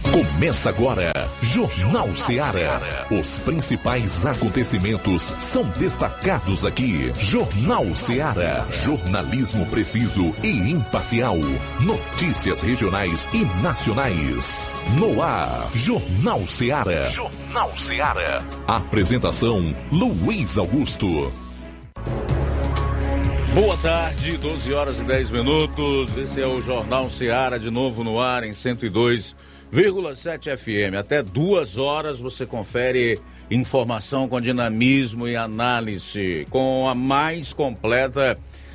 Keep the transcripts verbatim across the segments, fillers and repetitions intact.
Começa agora, Jornal Ceará. Os principais acontecimentos são destacados aqui. Jornal Ceará. Jornalismo preciso e imparcial. Notícias regionais e nacionais. No ar, Jornal Ceará. Jornal Ceará. Apresentação, Luiz Augusto. Boa tarde, doze horas e dez minutos. Esse é o Jornal Ceará, de novo no ar em cento e dois vírgula sete F M. Até duas horas você confere informação com dinamismo e análise com a mais completa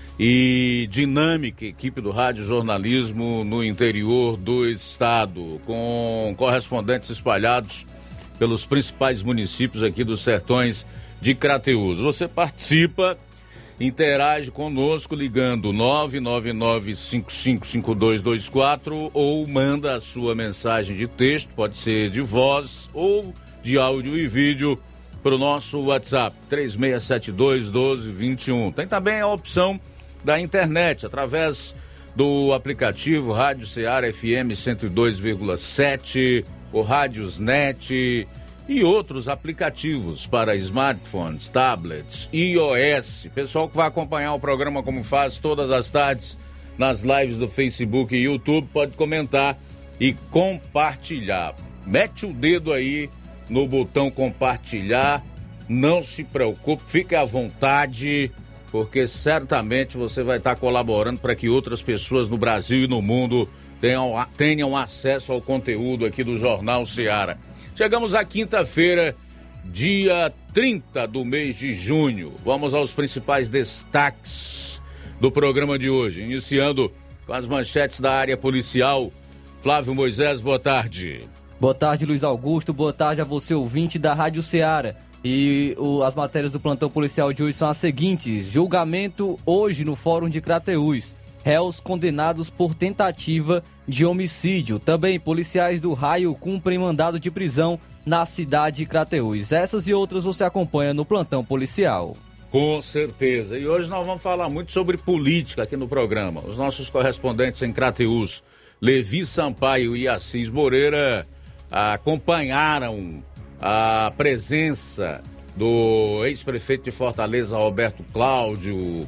e dinâmica equipe do Rádio Jornalismo no interior do estado, com correspondentes espalhados pelos principais municípios aqui dos sertões de Crateús. Você participa, interage conosco ligando nove nove nove, cinco cinco cinco dois dois quatro ou manda a sua mensagem de texto, pode ser de voz ou de áudio e vídeo para o nosso WhatsApp três seis sete dois, um dois dois um. Tem também a opção da internet através do aplicativo Rádio Ceará F M cento e dois vírgula sete, o Rádiosnet e outros aplicativos para smartphones, tablets, iOS. Pessoal que vai acompanhar o programa como faz todas as tardes nas lives do Facebook e YouTube, pode comentar e compartilhar. Mete o dedo aí no botão compartilhar, não se preocupe, fique à vontade, porque certamente você vai estar colaborando para que outras pessoas no Brasil e no mundo tenham, tenham acesso ao conteúdo aqui do Jornal Ceará. Chegamos à quinta-feira, dia trinta do mês de junho. Vamos aos principais destaques do programa de hoje, iniciando com as manchetes da área policial. Flávio Moisés, boa tarde. Boa tarde, Luiz Augusto. Boa tarde a você, ouvinte da Rádio Ceará. E o, as matérias do plantão policial de hoje são as seguintes. Julgamento hoje no Fórum de Crateús. Réus condenados por tentativa de homicídio. Também policiais do Raio cumprem mandado de prisão na cidade de Crateús. Essas e outras você acompanha no plantão policial. Com certeza. E hoje nós vamos falar muito sobre política aqui no programa. Os nossos correspondentes em Crateús, Levi Sampaio e Assis Moreira, acompanharam a presença do ex-prefeito de Fortaleza, Roberto Cláudio,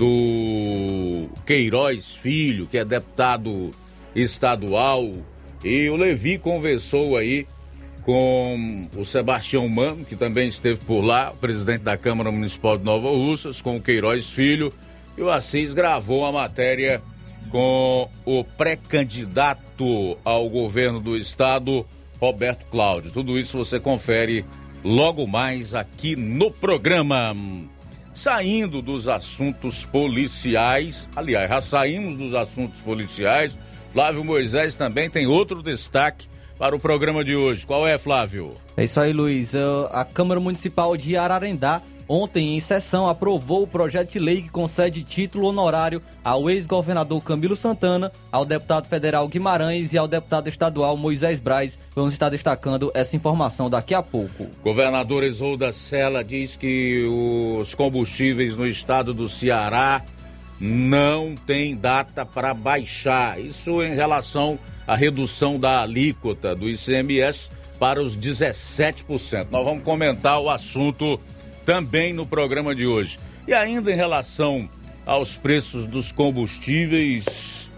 do Queiroz Filho, que é deputado estadual, e o Levi conversou aí com o Sebastião Mano, que também esteve por lá, o presidente da Câmara Municipal de Nova Russas, com o Queiroz Filho, e o Assis gravou a matéria com o pré-candidato ao governo do estado, Roberto Cláudio. Tudo isso você confere logo mais aqui no programa. Saindo dos assuntos policiais, aliás, já saímos dos assuntos policiais, Flávio Moisés também tem outro destaque para o programa de hoje. Qual é, Flávio? É isso aí, Luiz. A Câmara Municipal de Ararendá, ontem em sessão, aprovou o projeto de lei que concede título honorário ao ex-governador Camilo Santana, ao deputado federal Guimarães e ao deputado estadual Moisés Braz. Vamos estar destacando essa informação daqui a pouco. Governador Isolda Sela diz que os combustíveis no estado do Ceará não tem data para baixar. Isso em relação à redução da alíquota do I C M S para os dezessete por cento. Nós vamos comentar o assunto também no programa de hoje. E ainda em relação aos preços dos combustíveis,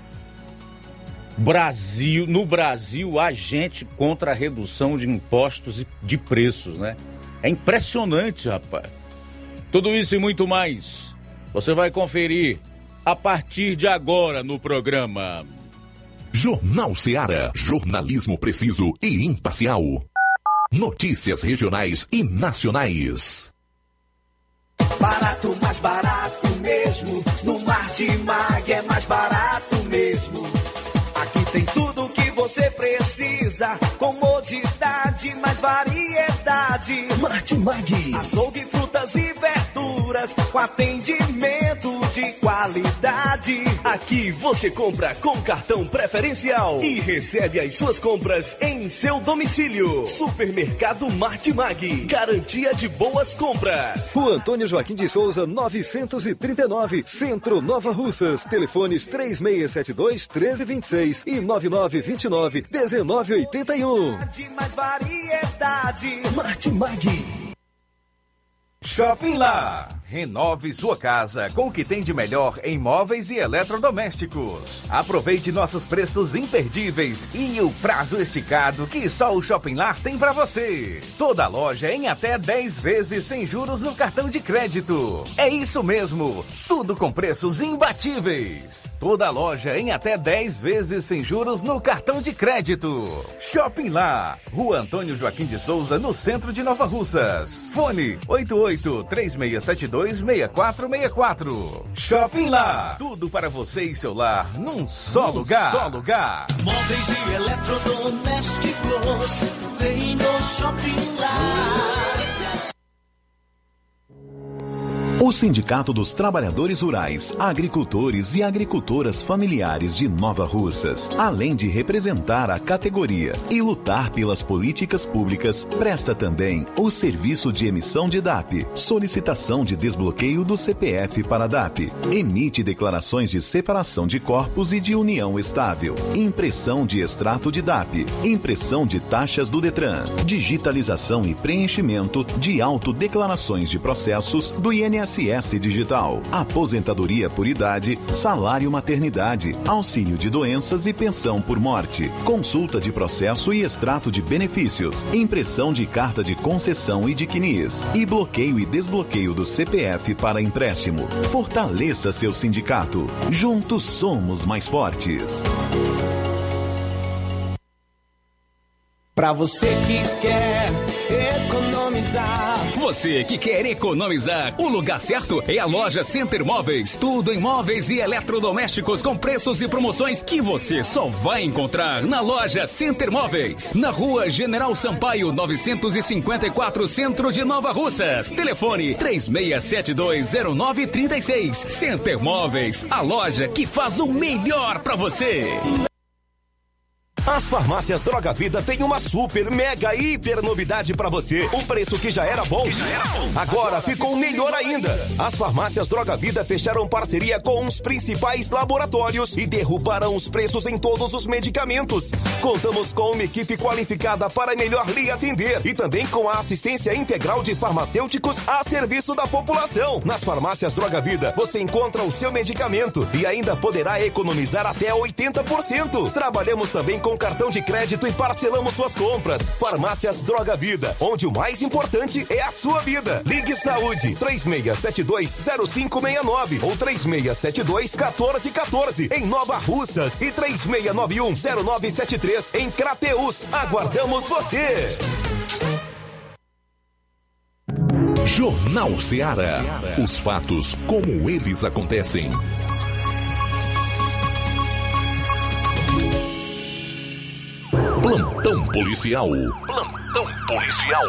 Brasil, no Brasil há gente contra a redução de impostos e de preços, né? É impressionante, rapaz. Tudo isso e muito mais você vai conferir a partir de agora no programa. Jornal Ceará, jornalismo preciso e imparcial. Notícias regionais e nacionais. Barato, mais barato mesmo. No Martimag é mais barato mesmo. Aqui tem tudo o que você precisa. Comodidade, mais variedade. Martimag. Açougue, frutas e verduras com atendimento de qualidade. Aqui você compra com cartão preferencial e recebe as suas compras em seu domicílio. Supermercado Martimag, garantia de boas compras. Rua Antônio Joaquim de Souza, novecentos e trinta e nove, Centro, Nova Russas. Telefones três seis sete dois, um três dois seis e nove nove dois nove, um nove oito um. De mais variedade. Martimag. Shopping Lá. Renove sua casa com o que tem de melhor em móveis e eletrodomésticos. Aproveite nossos preços imperdíveis e o prazo esticado que só o Shopping Lá tem para você. Toda loja em até dez vezes sem juros no cartão de crédito. É isso mesmo, tudo com preços imbatíveis. Toda loja em até dez vezes sem juros no cartão de crédito. Shopping Lá, Rua Antônio Joaquim de Souza, no centro de Nova Russas. Fone oito oito três seis sete dois, seis quatro seis quatro. Shopping Lá, tudo para você e seu lar num só num lugar. Só lugar. Móveis e eletrodomésticos, vem no Shopping Lá. O Sindicato dos Trabalhadores Rurais, Agricultores e Agricultoras Familiares de Nova Russas, além de representar a categoria e lutar pelas políticas públicas, presta também o serviço de emissão de D A P, solicitação de desbloqueio do C P F para D A P, emite declarações de separação de corpos e de união estável, impressão de extrato de D A P, impressão de taxas do Detran, digitalização e preenchimento de autodeclarações de processos do I N S S Digital, aposentadoria por idade, salário maternidade, auxílio de doenças e pensão por morte, consulta de processo e extrato de benefícios, impressão de carta de concessão e de C N I S, e bloqueio e desbloqueio do C P F para empréstimo. Fortaleça seu sindicato. Juntos somos mais fortes. Pra você que quer economizar. Você que quer economizar, o lugar certo é a loja Center Móveis. Tudo em móveis e eletrodomésticos com preços e promoções que você só vai encontrar na loja Center Móveis. Na rua General Sampaio, novecentos e cinquenta e quatro, Centro de Nova Russas. Telefone três seis sete dois, zero nove três seis. Center Móveis, a loja que faz o melhor pra você. As farmácias Droga Vida têm uma super, mega, hiper novidade pra você. O preço que já era bom, já era bom. Agora ficou melhor ainda. As farmácias Droga Vida fecharam parceria com os principais laboratórios e derrubaram os preços em todos os medicamentos. Contamos com uma equipe qualificada para melhor lhe atender e também com a assistência integral de farmacêuticos a serviço da população. Nas farmácias Droga Vida, você encontra o seu medicamento e ainda poderá economizar até oitenta por cento. Trabalhamos também com cartão de crédito e parcelamos suas compras. Farmácias Droga Vida, onde o mais importante é a sua vida. Ligue Saúde três seis sete dois, zero cinco seis nove ou três seis sete dois, um quatro um quatro em Nova Russas e três seis nove um, zero nove sete três em Crateús. Aguardamos você! Jornal Ceará. Os fatos como eles acontecem. Plantão policial. Plantão policial.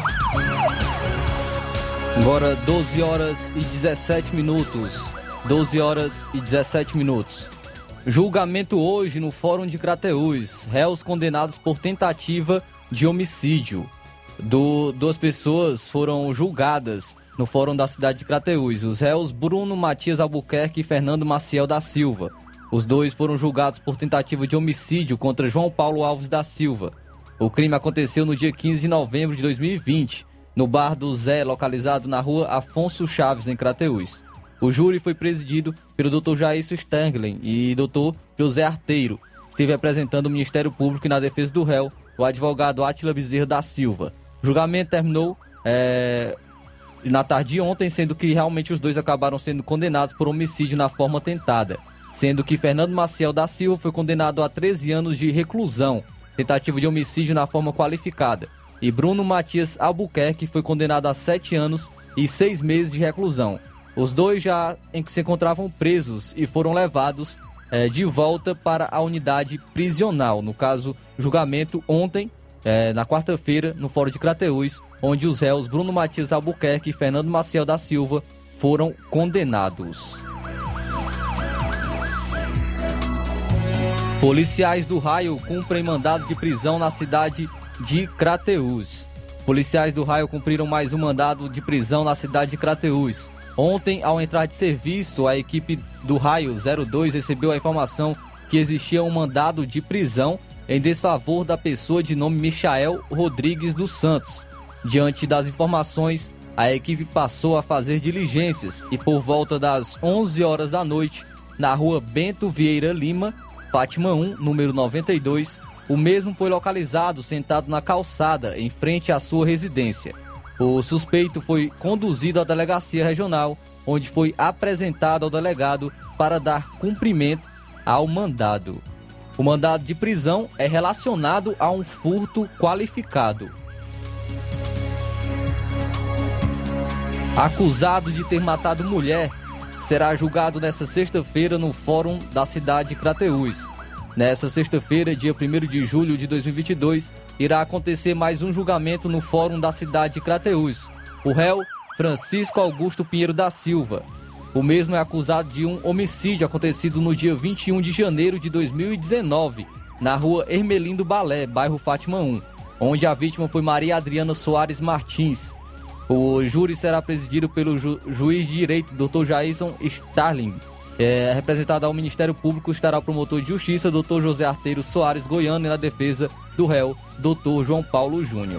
Agora doze horas e dezessete minutos. doze horas e dezessete minutos. Julgamento hoje no Fórum de Crateús. Réus condenados por tentativa de homicídio. Do, duas pessoas foram julgadas no Fórum da cidade de Crateús. Os réus Bruno Matias Albuquerque e Fernando Maciel da Silva. Os dois foram julgados por tentativa de homicídio contra João Paulo Alves da Silva. O crime aconteceu no dia quinze de novembro de dois mil e vinte, no bar do Zé, localizado na rua Afonso Chaves, em Crateús. O júri foi presidido pelo doutor Jair Stanglen e doutor José Arteiro. Esteve representando o Ministério Público e na defesa do réu, o advogado Átila Bezerra da Silva. O julgamento terminou é, na tarde de ontem, sendo que realmente os dois acabaram sendo condenados por homicídio na forma tentada. Sendo que Fernando Maciel da Silva foi condenado a treze anos de reclusão, tentativa de homicídio na forma qualificada, e Bruno Matias Albuquerque foi condenado a sete anos e seis meses de reclusão. Os dois já se encontravam presos e foram levados é, de volta para a unidade prisional. No caso, julgamento ontem, é, na quarta-feira, no Fórum de Crateús, onde os réus Bruno Matias Albuquerque e Fernando Maciel da Silva foram condenados. Policiais do Raio cumprem mandado de prisão na cidade de Crateús. Policiais do Raio cumpriram mais um mandado de prisão na cidade de Crateús. Ontem, ao entrar de serviço, a equipe do Raio zero dois recebeu a informação que existia um mandado de prisão em desfavor da pessoa de nome Michael Rodrigues dos Santos. Diante das informações, a equipe passou a fazer diligências e por volta das onze horas da noite, na rua Bento Vieira Lima, Fátima um, número noventa e dois, o mesmo foi localizado sentado na calçada em frente à sua residência. O suspeito foi conduzido à delegacia regional, onde foi apresentado ao delegado para dar cumprimento ao mandado. O mandado de prisão é relacionado a um furto qualificado. Acusado de ter matado mulher, será julgado nesta sexta-feira no Fórum da cidade de Crateús. Nessa sexta-feira, dia primeiro de julho de dois mil e vinte e dois, irá acontecer mais um julgamento no Fórum da cidade de Crateús. O réu, Francisco Augusto Pinheiro da Silva. O mesmo é acusado de um homicídio acontecido no dia vinte e um de janeiro de dois mil e dezenove, na rua Hermelindo Balé, bairro Fátima um, onde a vítima foi Maria Adriana Soares Martins. O júri será presidido pelo ju- juiz de direito, doutor Jairson Starling. É, representado ao Ministério Público estará o promotor de justiça, doutor José Arteiro Soares Goiano, e na defesa do réu, doutor João Paulo Júnior.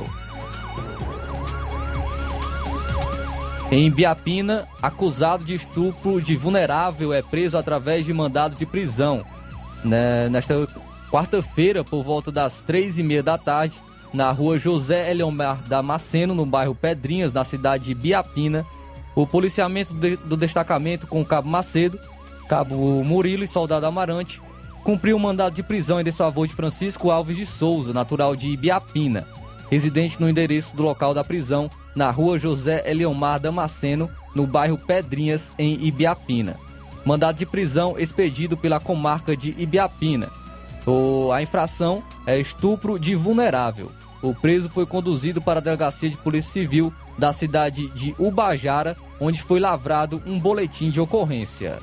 Em Biapina, acusado de estupro de vulnerável é preso através de mandado de prisão. Nesta quarta-feira, por volta das três e meia da tarde, na rua José Eliomar Damasceno, no bairro Pedrinhas, na cidade de Biapina, o policiamento do destacamento com o Cabo Macedo, Cabo Murilo e Soldado Amarante cumpriu o mandado de prisão em desfavor de Francisco Alves de Souza, natural de Ibiapina, residente no endereço do local da prisão, na rua José Eliomar Damasceno, no bairro Pedrinhas, em Ibiapina. Mandado de prisão expedido pela comarca de Ibiapina. O, a infração é estupro de vulnerável. O preso foi conduzido para a delegacia de polícia civil da cidade de Ubajara, onde foi lavrado um boletim de ocorrência.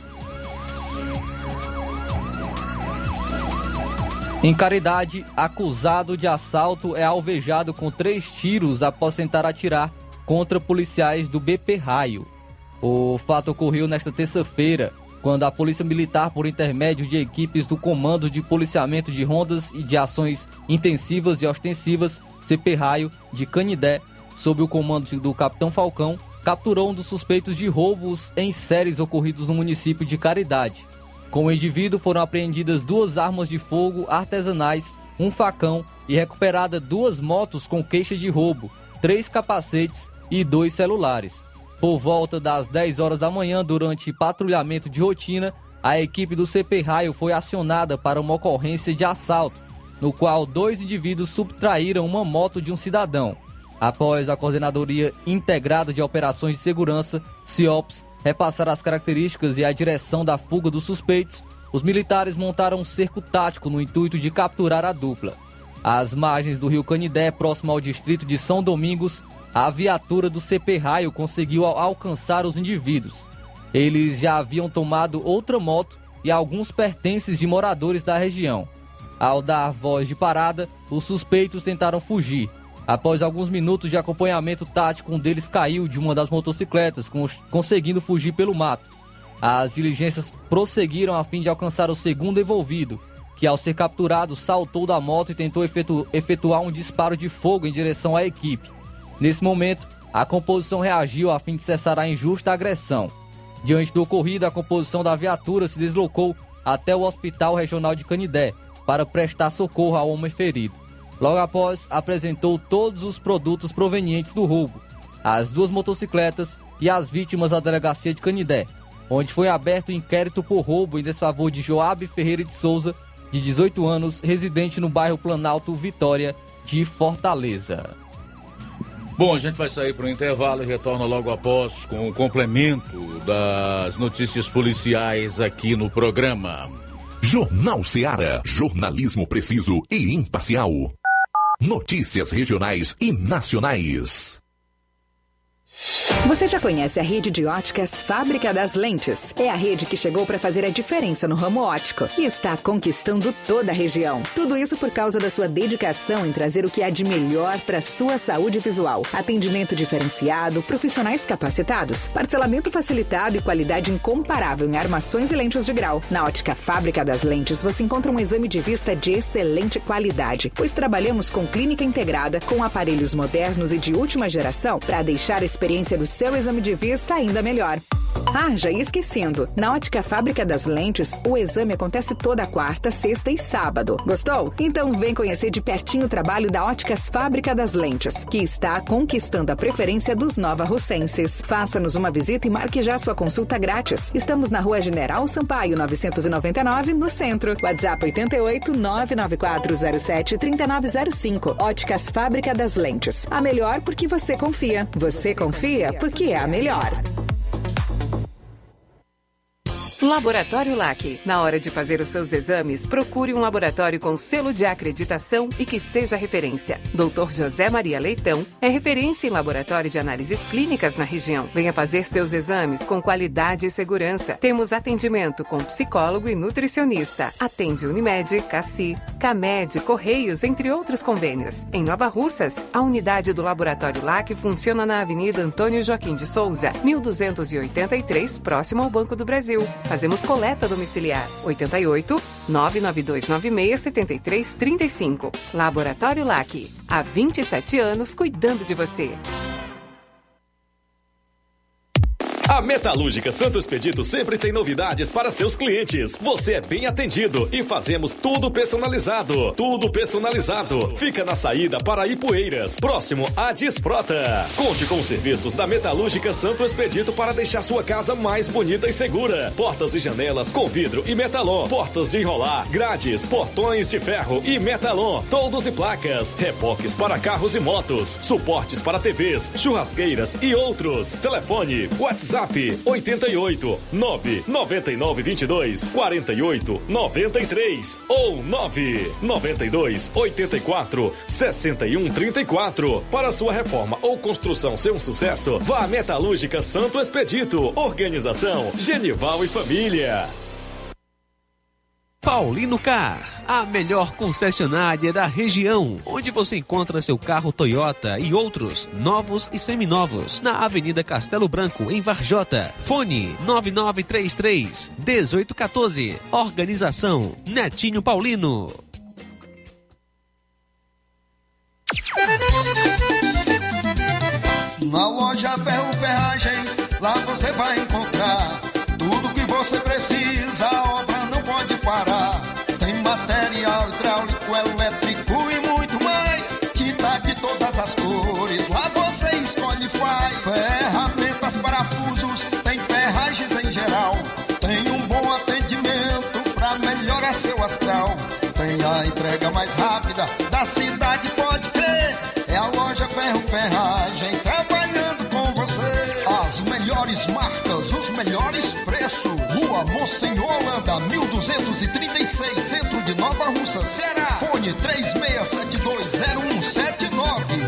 Em Caridade, acusado de assalto é alvejado com três tiros após tentar atirar contra policiais do B P Raio. O fato ocorreu nesta terça-feira, quando a Polícia Militar, por intermédio de equipes do Comando de Policiamento de Rondas e de Ações Intensivas e Ostensivas, C P Raio, de Canidé, sob o comando do Capitão Falcão, capturou um dos suspeitos de roubos em séries ocorridos no município de Caridade. Com o indivíduo foram apreendidas duas armas de fogo artesanais, um facão e recuperada duas motos com queixa de roubo, três capacetes e dois celulares. Por volta das dez horas da manhã, durante patrulhamento de rotina, a equipe do C P Raio foi acionada para uma ocorrência de assalto, no qual dois indivíduos subtraíram uma moto de um cidadão. Após a Coordenadoria Integrada de Operações de Segurança, CIOPS, repassar as características e a direção da fuga dos suspeitos, os militares montaram um cerco tático no intuito de capturar a dupla. Às margens do rio Canidé, próximo ao distrito de São Domingos, a viatura do C P Raio conseguiu alcançar os indivíduos. Eles já haviam tomado outra moto e alguns pertences de moradores da região. Ao dar voz de parada, os suspeitos tentaram fugir. Após alguns minutos de acompanhamento tático, um deles caiu de uma das motocicletas, conseguindo fugir pelo mato. As diligências prosseguiram a fim de alcançar o segundo envolvido, que ao ser capturado saltou da moto e tentou efetu- efetuar um disparo de fogo em direção à equipe. Nesse momento, a composição reagiu a fim de cessar a injusta agressão. Diante do ocorrido, a composição da viatura se deslocou até o Hospital Regional de Canidé para prestar socorro ao homem ferido. Logo após, apresentou todos os produtos provenientes do roubo, as duas motocicletas e as vítimas à delegacia de Canidé, onde foi aberto inquérito por roubo em desfavor de Joabe Ferreira de Souza, de dezoito anos, residente no bairro Planalto Vitória de Fortaleza. Bom, a gente vai sair para o intervalo e retorna logo após com o complemento das notícias policiais aqui no programa. Jornal Ceará, jornalismo preciso e imparcial. Notícias regionais e nacionais. Você já conhece a rede de óticas Fábrica das Lentes? É a rede que chegou para fazer a diferença no ramo óptico e está conquistando toda a região. Tudo isso por causa da sua dedicação em trazer o que há de melhor para sua saúde visual. Atendimento diferenciado, profissionais capacitados, parcelamento facilitado e qualidade incomparável em armações e lentes de grau. Na ótica Fábrica das Lentes você encontra um exame de vista de excelente qualidade, pois trabalhamos com clínica integrada, com aparelhos modernos e de última geração para deixar a experiência do seu exame de vista ainda melhor. Ah, já ia esquecendo. Na ótica Fábrica das Lentes, o exame acontece toda quarta, sexta e sábado. Gostou? Então vem conhecer de pertinho o trabalho da Óticas Fábrica das Lentes, que está conquistando a preferência dos nova-russenses. Faça-nos uma visita e marque já sua consulta grátis. Estamos na Rua General Sampaio, novecentos e noventa e nove, no centro. WhatsApp oito oito, nove nove quatro zero sete, três nove zero cinco. Óticas Fábrica das Lentes. A melhor porque você confia. Você confia porque é a melhor. Laboratório L A C. Na hora de fazer os seus exames, procure um laboratório com selo de acreditação e que seja referência. doutor José Maria Leitão é referência em laboratório de análises clínicas na região. Venha fazer seus exames com qualidade e segurança. Temos atendimento com psicólogo e nutricionista. Atende Unimed, Cassi, Camed, Correios, entre outros convênios. Em Nova Russas, a unidade do Laboratório L A C funciona na Avenida Antônio Joaquim de Souza, mil duzentos e oitenta e três, próximo ao Banco do Brasil. Fazemos coleta domiciliar. oito oito, nove nove dois nove seis, sete três três cinco. Laboratório L A C. Há vinte e sete anos cuidando de você. A Metalúrgica Santo Expedito sempre tem novidades para seus clientes. Você é bem atendido e fazemos tudo personalizado. Tudo personalizado. Fica na saída para Ipueiras, próximo à Desprota. Conte com os serviços da Metalúrgica Santo Expedito para deixar sua casa mais bonita e segura. Portas e janelas com vidro e metalon. Portas de enrolar, grades, portões de ferro e metalon. Toldos e placas. Reboques para carros e motos. Suportes para T Vs, churrasqueiras e outros. Telefone, WhatsApp oito oito, nove nove nove dois dois, quatro oito nove três ou nove nove dois, oito quatro, seis um três quatro. Para sua reforma ou construção ser um sucesso, vá à Metalúrgica Santo Expedito. Organização Genival e Família. Paulino Car, a melhor concessionária da região, onde você encontra seu carro Toyota e outros novos e seminovos, na Avenida Castelo Branco, em Varjota. Fone nove nove três três, um oito um quatro. Organização Netinho Paulino. Na loja Ferro Ferragens, lá você vai encontrar tudo que você precisa, a obra não pode parar. Tem material hidráulico, elétrico e muito mais. Tinta de todas as cores, lá você escolhe e faz. Ferramentas, parafusos, tem ferragens em geral. Tem um bom atendimento pra melhorar seu astral. Tem a entrega mais rápida da cidade, pode crer. É a loja Ferro Ferragem trabalhando com você. As melhores marcas, os melhores preços. Rua Monsenhor Holanda, mil duzentos e trinta e seis, centro de Nova Russa, Ceará. Fone três seis sete dois zero um sete nove.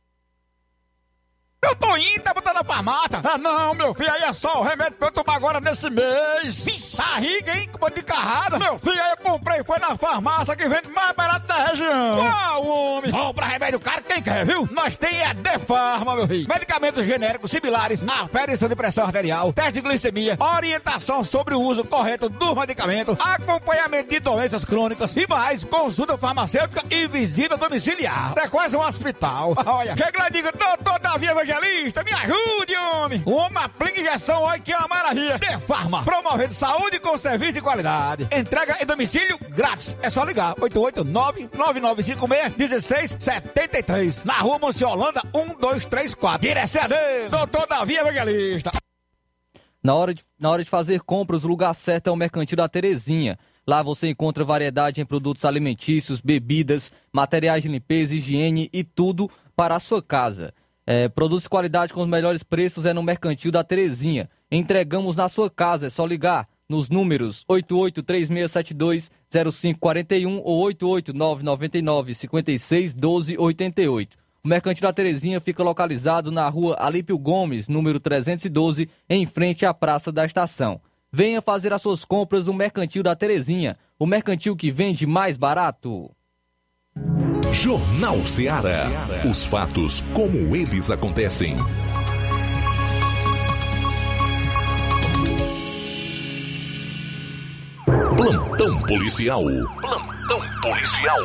Eu tô indo, tá botando na farmácia. Ah, não, meu filho, aí é só o remédio pra eu tomar agora nesse mês. Barriga, hein, com de carrada. Meu filho, aí eu comprei, foi na farmácia que vende mais barato da região. Uau, homem. Compra remédio caro, quem quer, viu? Nós tem a Defarma, meu filho. Medicamentos genéricos similares, aferição de pressão arterial, teste de glicemia, orientação sobre o uso correto dos medicamentos, acompanhamento de doenças crônicas e mais, consulta farmacêutica e visita domiciliar. É quase um hospital. Olha, chega lá e diga, doutor Davi Evangelista, me ajude, homem. Uma aplica injeção, olha que é uma maravilha. Defarma, promovendo saúde com serviço de qualidade. Entrega em domicílio grátis. É só ligar, oito oito nove, nove nove cinco seis, um seis sete três. Na rua Monsiolanda, um dois três quatro. Direção a Deus, doutor Davi Evangelista. Na hora, de, na hora de fazer compras, o lugar certo é o Mercantil da Terezinha. Lá você encontra variedade em produtos alimentícios, bebidas, materiais de limpeza, higiene e tudo para a sua casa. É, produtos de qualidade com os melhores preços é no Mercantil da Terezinha. Entregamos na sua casa, é só ligar nos números oito oito três seis sete dois zero cinco quatro um ou oito oito nove nove nove cinco seis um dois oito oito. O Mercantil da Terezinha fica localizado na rua Alípio Gomes, número trezentos e doze, em frente à Praça da Estação. Venha fazer as suas compras no Mercantil da Terezinha, o mercantil que vende mais barato. Jornal Ceará. Os fatos como eles acontecem. Plantão policial. Plantão policial.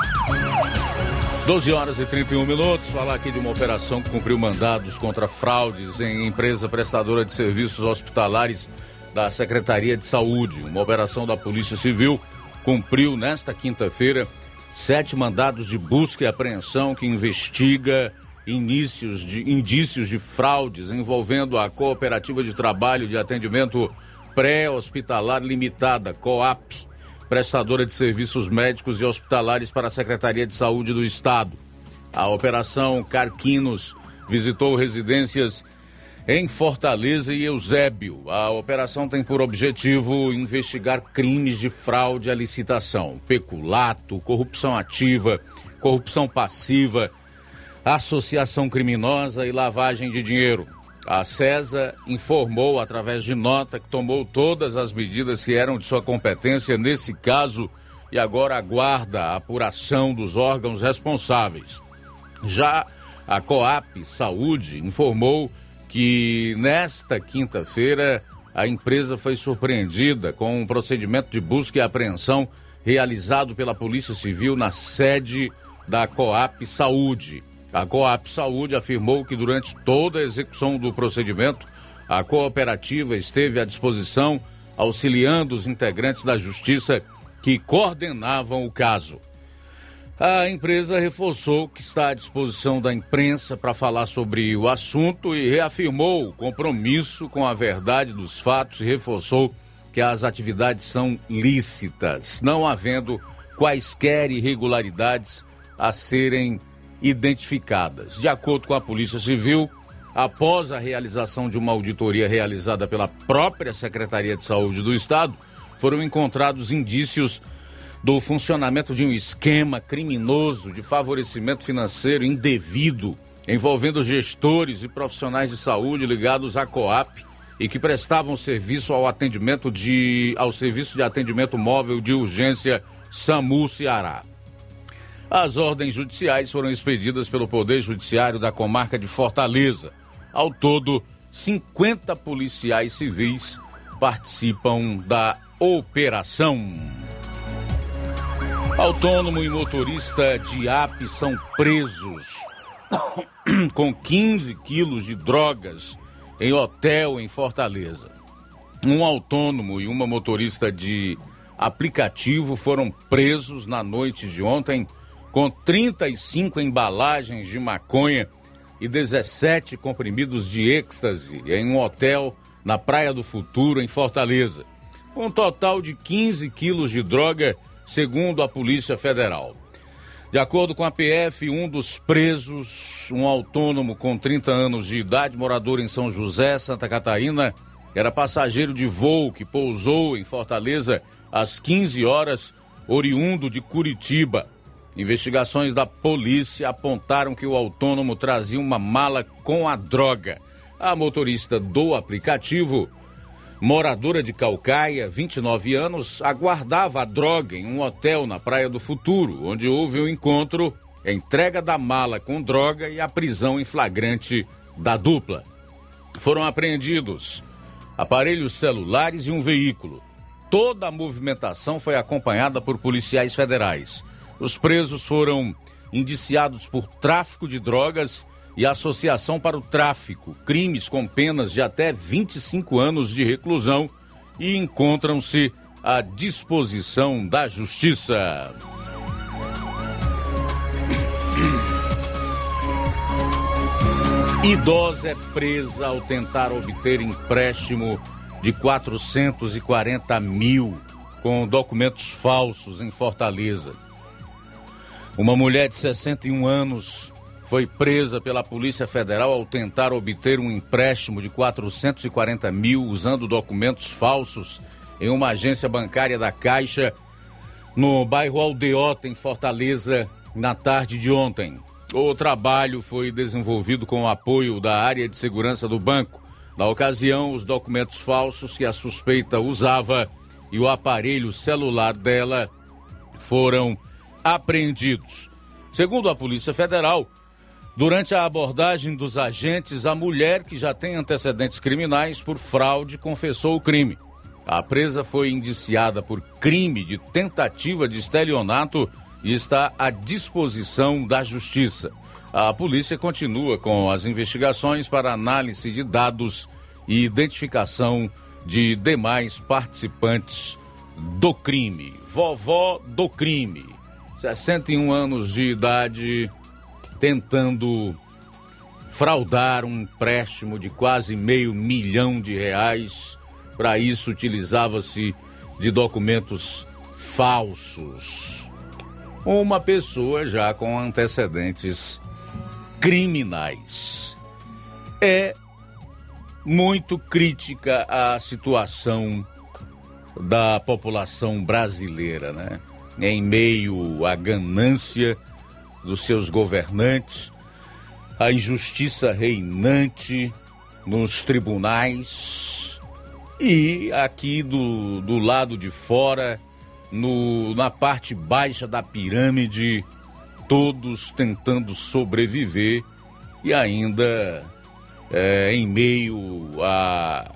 doze horas e trinta e um minutos. Falar aqui de uma operação que cumpriu mandados contra fraudes em empresa prestadora de serviços hospitalares da Secretaria de Saúde. Uma operação da Polícia Civil cumpriu nesta quinta-feira sete mandados de busca e apreensão que investiga inícios de, indícios de fraudes envolvendo a Cooperativa de Trabalho de Atendimento Pré-Hospitalar Limitada, COAP, prestadora de serviços médicos e hospitalares para a Secretaria de Saúde do Estado. A Operação Carquinos visitou residências em Fortaleza e Eusébio. A operação tem por objetivo investigar crimes de fraude à licitação, peculato, corrupção ativa, corrupção passiva, associação criminosa e lavagem de dinheiro. A CESA informou, através de nota, que tomou todas as medidas que eram de sua competência nesse caso e agora aguarda a apuração dos órgãos responsáveis. Já a COAP Saúde informou que nesta quinta-feira a empresa foi surpreendida com um procedimento de busca e apreensão realizado pela Polícia Civil na sede da COAP Saúde. A COAP Saúde afirmou que durante toda a execução do procedimento, a cooperativa esteve à disposição, auxiliando os integrantes da Justiça que coordenavam o caso. A empresa reforçou que está à disposição da imprensa para falar sobre o assunto e reafirmou o compromisso com a verdade dos fatos e reforçou que as atividades são lícitas, não havendo quaisquer irregularidades a serem identificadas. De acordo com a Polícia Civil, após a realização de uma auditoria realizada pela própria Secretaria de Saúde do Estado, foram encontrados indícios do funcionamento de um esquema criminoso de favorecimento financeiro indevido envolvendo gestores e profissionais de saúde ligados à COAP e que prestavam serviço ao atendimento de ao serviço de atendimento móvel de urgência SAMU Ceará. As ordens judiciais foram expedidas pelo Poder Judiciário da Comarca de Fortaleza. Ao todo, cinquenta policiais civis participam da operação. Autônomo e motorista de A P são presos com quinze quilos de drogas em hotel em Fortaleza. Um autônomo e uma motorista de aplicativo foram presos na noite de ontem com trinta e cinco embalagens de maconha e dezessete comprimidos de êxtase em um hotel na Praia do Futuro, em Fortaleza. Um total de quinze quilos de droga, segundo a Polícia Federal. De acordo com a P F, um dos presos, um autônomo com trinta anos de idade, morador em São José, Santa Catarina, era passageiro de voo que pousou em Fortaleza às quinze horas, oriundo de Curitiba. Investigações da polícia apontaram que o autônomo trazia uma mala com a droga. A motorista do aplicativo, moradora de Caucaia, vinte e nove anos, aguardava a droga em um hotel na Praia do Futuro, onde houve o um encontro, a entrega da mala com droga e a prisão em flagrante da dupla. Foram apreendidos aparelhos celulares e um veículo. Toda a movimentação foi acompanhada por policiais federais. Os presos foram indiciados por tráfico de drogas e associação para o tráfico, crimes com penas de até vinte e cinco anos de reclusão, e encontram-se à disposição da Justiça. Idosa é presa ao tentar obter empréstimo de quatrocentos e quarenta mil com documentos falsos em Fortaleza. Uma mulher de sessenta e um anos foi presa pela Polícia Federal ao tentar obter um empréstimo de quatrocentos e quarenta mil usando documentos falsos em uma agência bancária da Caixa no bairro Aldeota, em Fortaleza, na tarde de ontem. O trabalho foi desenvolvido com o apoio da área de segurança do banco. Na ocasião, os documentos falsos que a suspeita usava e o aparelho celular dela foram apreendidos. Segundo a Polícia Federal, durante a abordagem dos agentes, a mulher, que já tem antecedentes criminais por fraude, confessou o crime. A presa foi indiciada por crime de tentativa de estelionato e está à disposição da Justiça. A polícia continua com as investigações para análise de dados e identificação de demais participantes do crime. Vovó do crime, sessenta e um anos de idade, tentando fraudar um empréstimo de quase meio milhão de reais. Para isso, utilizava-se de documentos falsos. Uma pessoa já com antecedentes criminais. É muito crítica a situação da população brasileira, né? Em meio à ganância dos seus governantes, a injustiça reinante nos tribunais e aqui do, do lado de fora, no, na parte baixa da pirâmide, todos tentando sobreviver e ainda é, em meio a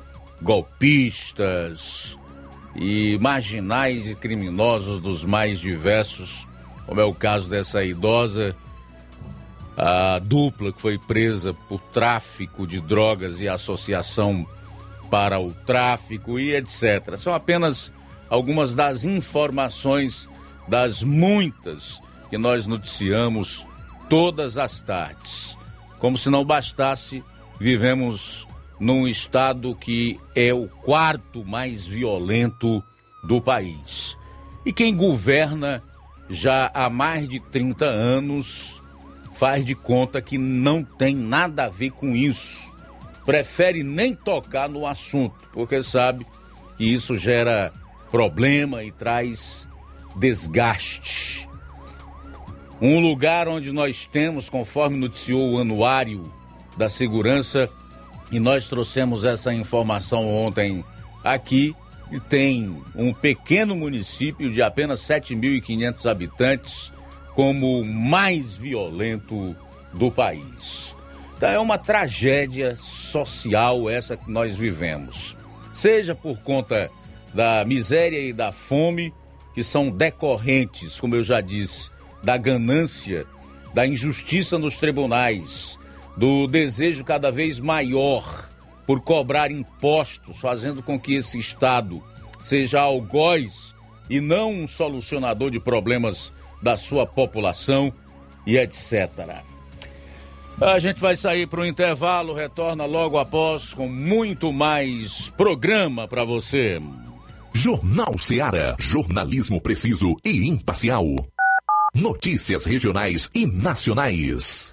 golpistas e marginais e criminosos dos mais diversos, como é o caso dessa idosa, a dupla que foi presa por tráfico de drogas e associação para o tráfico e etcétera. São apenas algumas das informações das muitas que nós noticiamos todas as tardes. Como se não bastasse, vivemos num estado que é o quarto mais violento do país. E quem governa já há mais de trinta anos faz de conta que não tem nada a ver com isso. Prefere nem tocar no assunto, porque sabe que isso gera problema e traz desgaste. Um lugar onde nós temos, conforme noticiou o Anuário da Segurança, e nós trouxemos essa informação ontem aqui, e tem um pequeno município de apenas sete mil e quinhentos habitantes como o mais violento do país. Então é uma tragédia social essa que nós vivemos, seja por conta da miséria e da fome, que são decorrentes, como eu já disse, da ganância, da injustiça nos tribunais, do desejo cada vez maior por cobrar impostos, fazendo com que esse Estado seja algoz e não um solucionador de problemas da sua população e etcétera. A gente vai sair para o intervalo, retorna logo após com muito mais programa para você. Jornal Ceará, jornalismo preciso e imparcial. Notícias regionais e nacionais.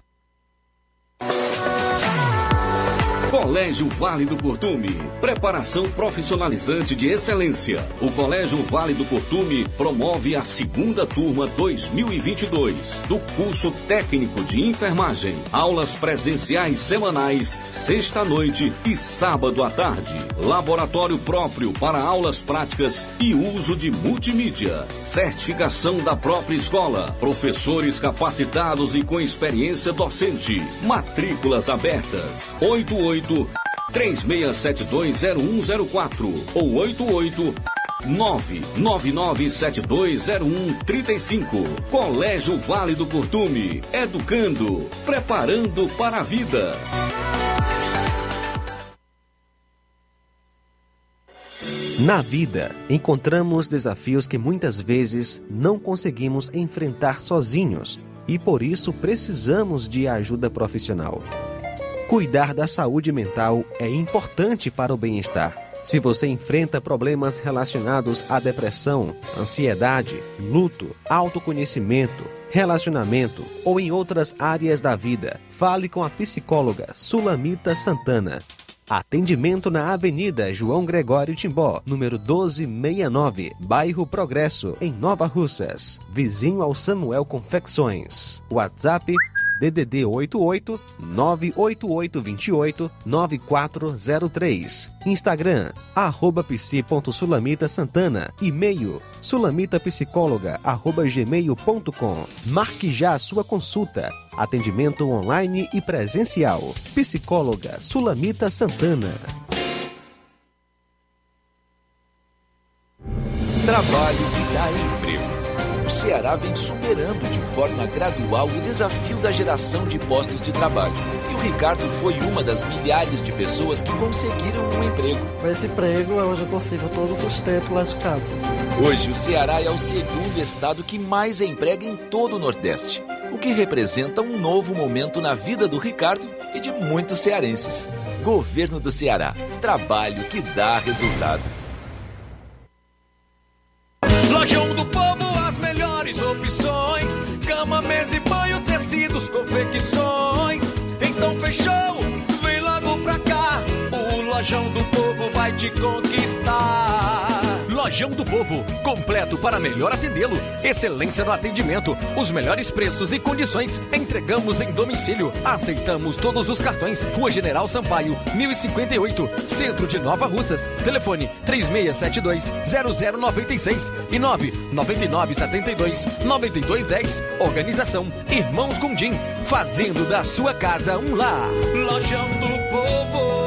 Colégio Vale do Curtume, preparação profissionalizante de excelência. O Colégio Vale do Curtume promove a segunda turma dois mil e vinte e dois do curso técnico de enfermagem. Aulas presenciais semanais, sexta à noite e sábado à tarde. Laboratório próprio para aulas práticas e uso de multimídia. Certificação da própria escola. Professores capacitados e com experiência docente. Matrículas abertas. oito oito três seis sete dois zero um zero quatro ou oito oito nove nove nove sete dois zero um três cinco. Colégio Vale do Curtume, educando, preparando para a vida. Na vida, encontramos desafios que muitas vezes não conseguimos enfrentar sozinhos e por isso precisamos de ajuda profissional. Cuidar da saúde mental é importante para o bem-estar. Se você enfrenta problemas relacionados à depressão, ansiedade, luto, autoconhecimento, relacionamento ou em outras áreas da vida, fale com a psicóloga Sulamita Santana. Atendimento na Avenida João Gregório Timbó, número doze sessenta e nove, bairro Progresso, em Nova Russas. Vizinho ao Samuel Confecções. WhatsApp D D D oito oito nove oito oito dois oito nove quatro zero três. Instagram, arroba psi.sulamita Santana. E-mail, sulamitapsicóloga, arroba gmail ponto com. Marque já a sua consulta. Atendimento online e presencial. Psicóloga Sulamita Santana. Trabalho que dá emprego. O Ceará vem superando de forma gradual o desafio da geração de postos de trabalho. E o Ricardo foi uma das milhares de pessoas que conseguiram um emprego. Com esse emprego, hoje eu consigo todo o sustento lá de casa. Hoje, o Ceará é o segundo estado que mais emprega em todo o Nordeste, o que representa um novo momento na vida do Ricardo e de muitos cearenses. Governo do Ceará. Trabalho que dá resultado. Lojão do Povo, as melhores opções: cama, mesa e banho, tecidos, confecções. Então fechou, vem logo pra cá. O Lojão do Povo vai te conquistar. Lojão do Povo, completo para melhor atendê-lo. Excelência no atendimento, os melhores preços e condições. Entregamos em domicílio. Aceitamos todos os cartões. Rua General Sampaio, mil e cinquenta e oito, Centro de Nova Russas. Telefone três seis sete dois zero zero nove seis e nove nove nove sete dois nove dois um zero. Organização Irmãos Gondim, fazendo da sua casa um lar. Lojão do Povo.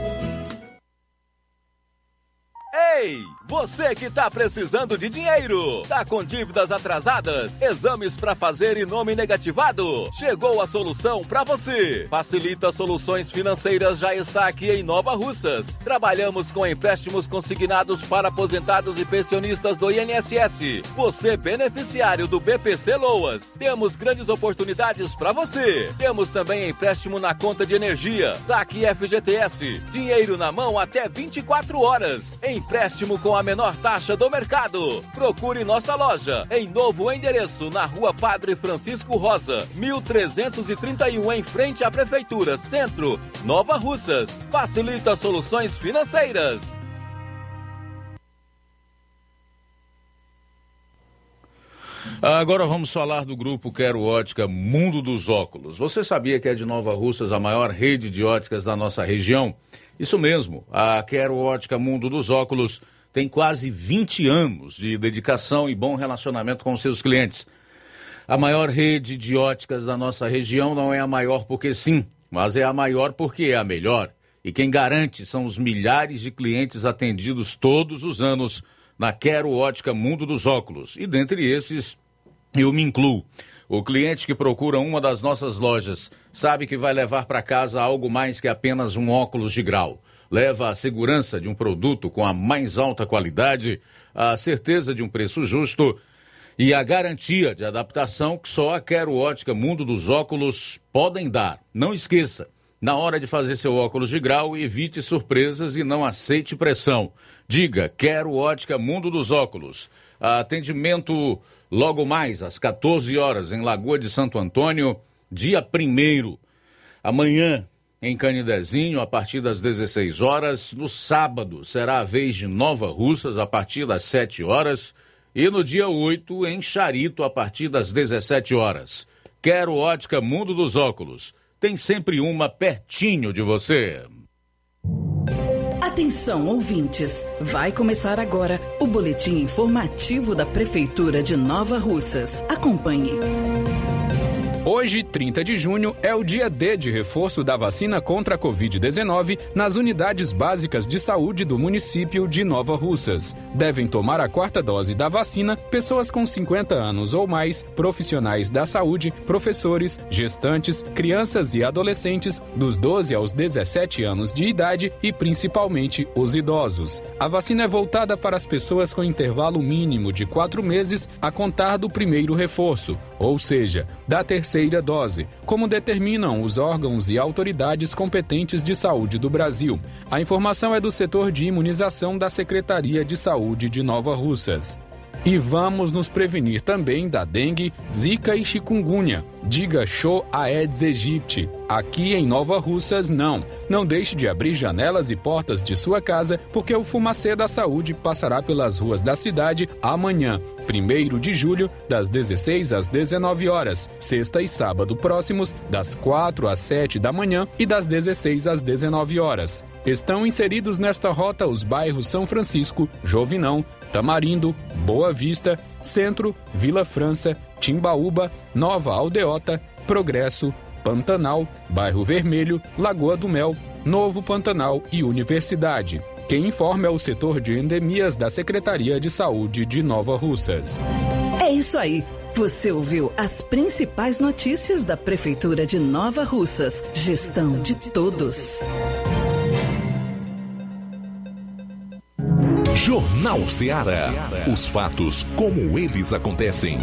Ei, você que tá precisando de dinheiro, tá com dívidas atrasadas, exames pra fazer e nome negativado? Chegou a solução pra você. Facilita Soluções Financeiras já está aqui em Nova Russas. Trabalhamos com empréstimos consignados para aposentados e pensionistas do I N S S. Você beneficiário do B P C Loas. Temos grandes oportunidades pra você. Temos também empréstimo na conta de energia, saque F G T S, dinheiro na mão até vinte e quatro horas. Empréstimo com a menor taxa do mercado. Procure nossa loja em novo endereço na Rua Padre Francisco Rosa, mil trezentos e trinta e um, em frente à Prefeitura, Centro, Nova Russas. Facilita Soluções Financeiras. Agora vamos falar do grupo Quero Ótica Mundo dos Óculos. Você sabia que é de Nova Russas a maior rede de óticas da nossa região? Isso mesmo, a Quero Ótica Mundo dos Óculos tem quase vinte anos de dedicação e bom relacionamento com seus clientes. A maior rede de óticas da nossa região não é a maior porque sim, mas é a maior porque é a melhor. E quem garante são os milhares de clientes atendidos todos os anos na Quero Ótica Mundo dos Óculos. E dentre esses, eu me incluo. O cliente que procura uma das nossas lojas sabe que vai levar para casa algo mais que apenas um óculos de grau. Leva a segurança de um produto com a mais alta qualidade, a certeza de um preço justo e a garantia de adaptação que só a Quero Ótica Mundo dos Óculos podem dar. Não esqueça, na hora de fazer seu óculos de grau, evite surpresas e não aceite pressão. Diga, Quero Ótica Mundo dos Óculos. Atendimento logo mais às quatorze horas em Lagoa de Santo Antônio, dia primeiro. Amanhã em Canidezinho, a partir das dezesseis horas. No sábado será a vez de Nova Russas, a partir das sete horas. E no dia oito em Charito, a partir das dezessete horas. Quero Ótica Mundo dos Óculos. Tem sempre uma pertinho de você. Atenção, ouvintes! Vai começar agora o boletim informativo da Prefeitura de Nova Russas. Acompanhe. Hoje, trinta de junho, é o dia D de reforço da vacina contra a covid dezenove nas unidades básicas de saúde do município de Nova Russas. Devem tomar a quarta dose da vacina pessoas com cinquenta anos ou mais, profissionais da saúde, professores, gestantes, crianças e adolescentes dos doze aos dezessete anos de idade e principalmente os idosos. A vacina é voltada para as pessoas com intervalo mínimo de quatro meses a contar do primeiro reforço, ou seja, da terceira dose, como determinam os órgãos e autoridades competentes de saúde do Brasil. A informação é do setor de imunização da Secretaria de Saúde de Nova Russas. E vamos nos prevenir também da dengue, zika e chikungunya. Diga show Aedes aegypti. Aqui em Nova Russas, não. Não deixe de abrir janelas e portas de sua casa, porque o Fumacê da Saúde passará pelas ruas da cidade amanhã, primeiro de julho, das dezesseis às dezenove horas, sexta e sábado próximos, das quatro às sete da manhã e das dezesseis às dezenove horas. Estão inseridos nesta rota os bairros São Francisco, Jovinão, Tamarindo, Boa Vista, Centro, Vila França, Timbaúba, Nova Aldeota, Progresso, Pantanal, Bairro Vermelho, Lagoa do Mel, Novo Pantanal e Universidade. Quem informa é o setor de endemias da Secretaria de Saúde de Nova Russas. É isso aí. Você ouviu as principais notícias da Prefeitura de Nova Russas. Gestão de todos. Jornal Ceará. Os fatos como eles acontecem.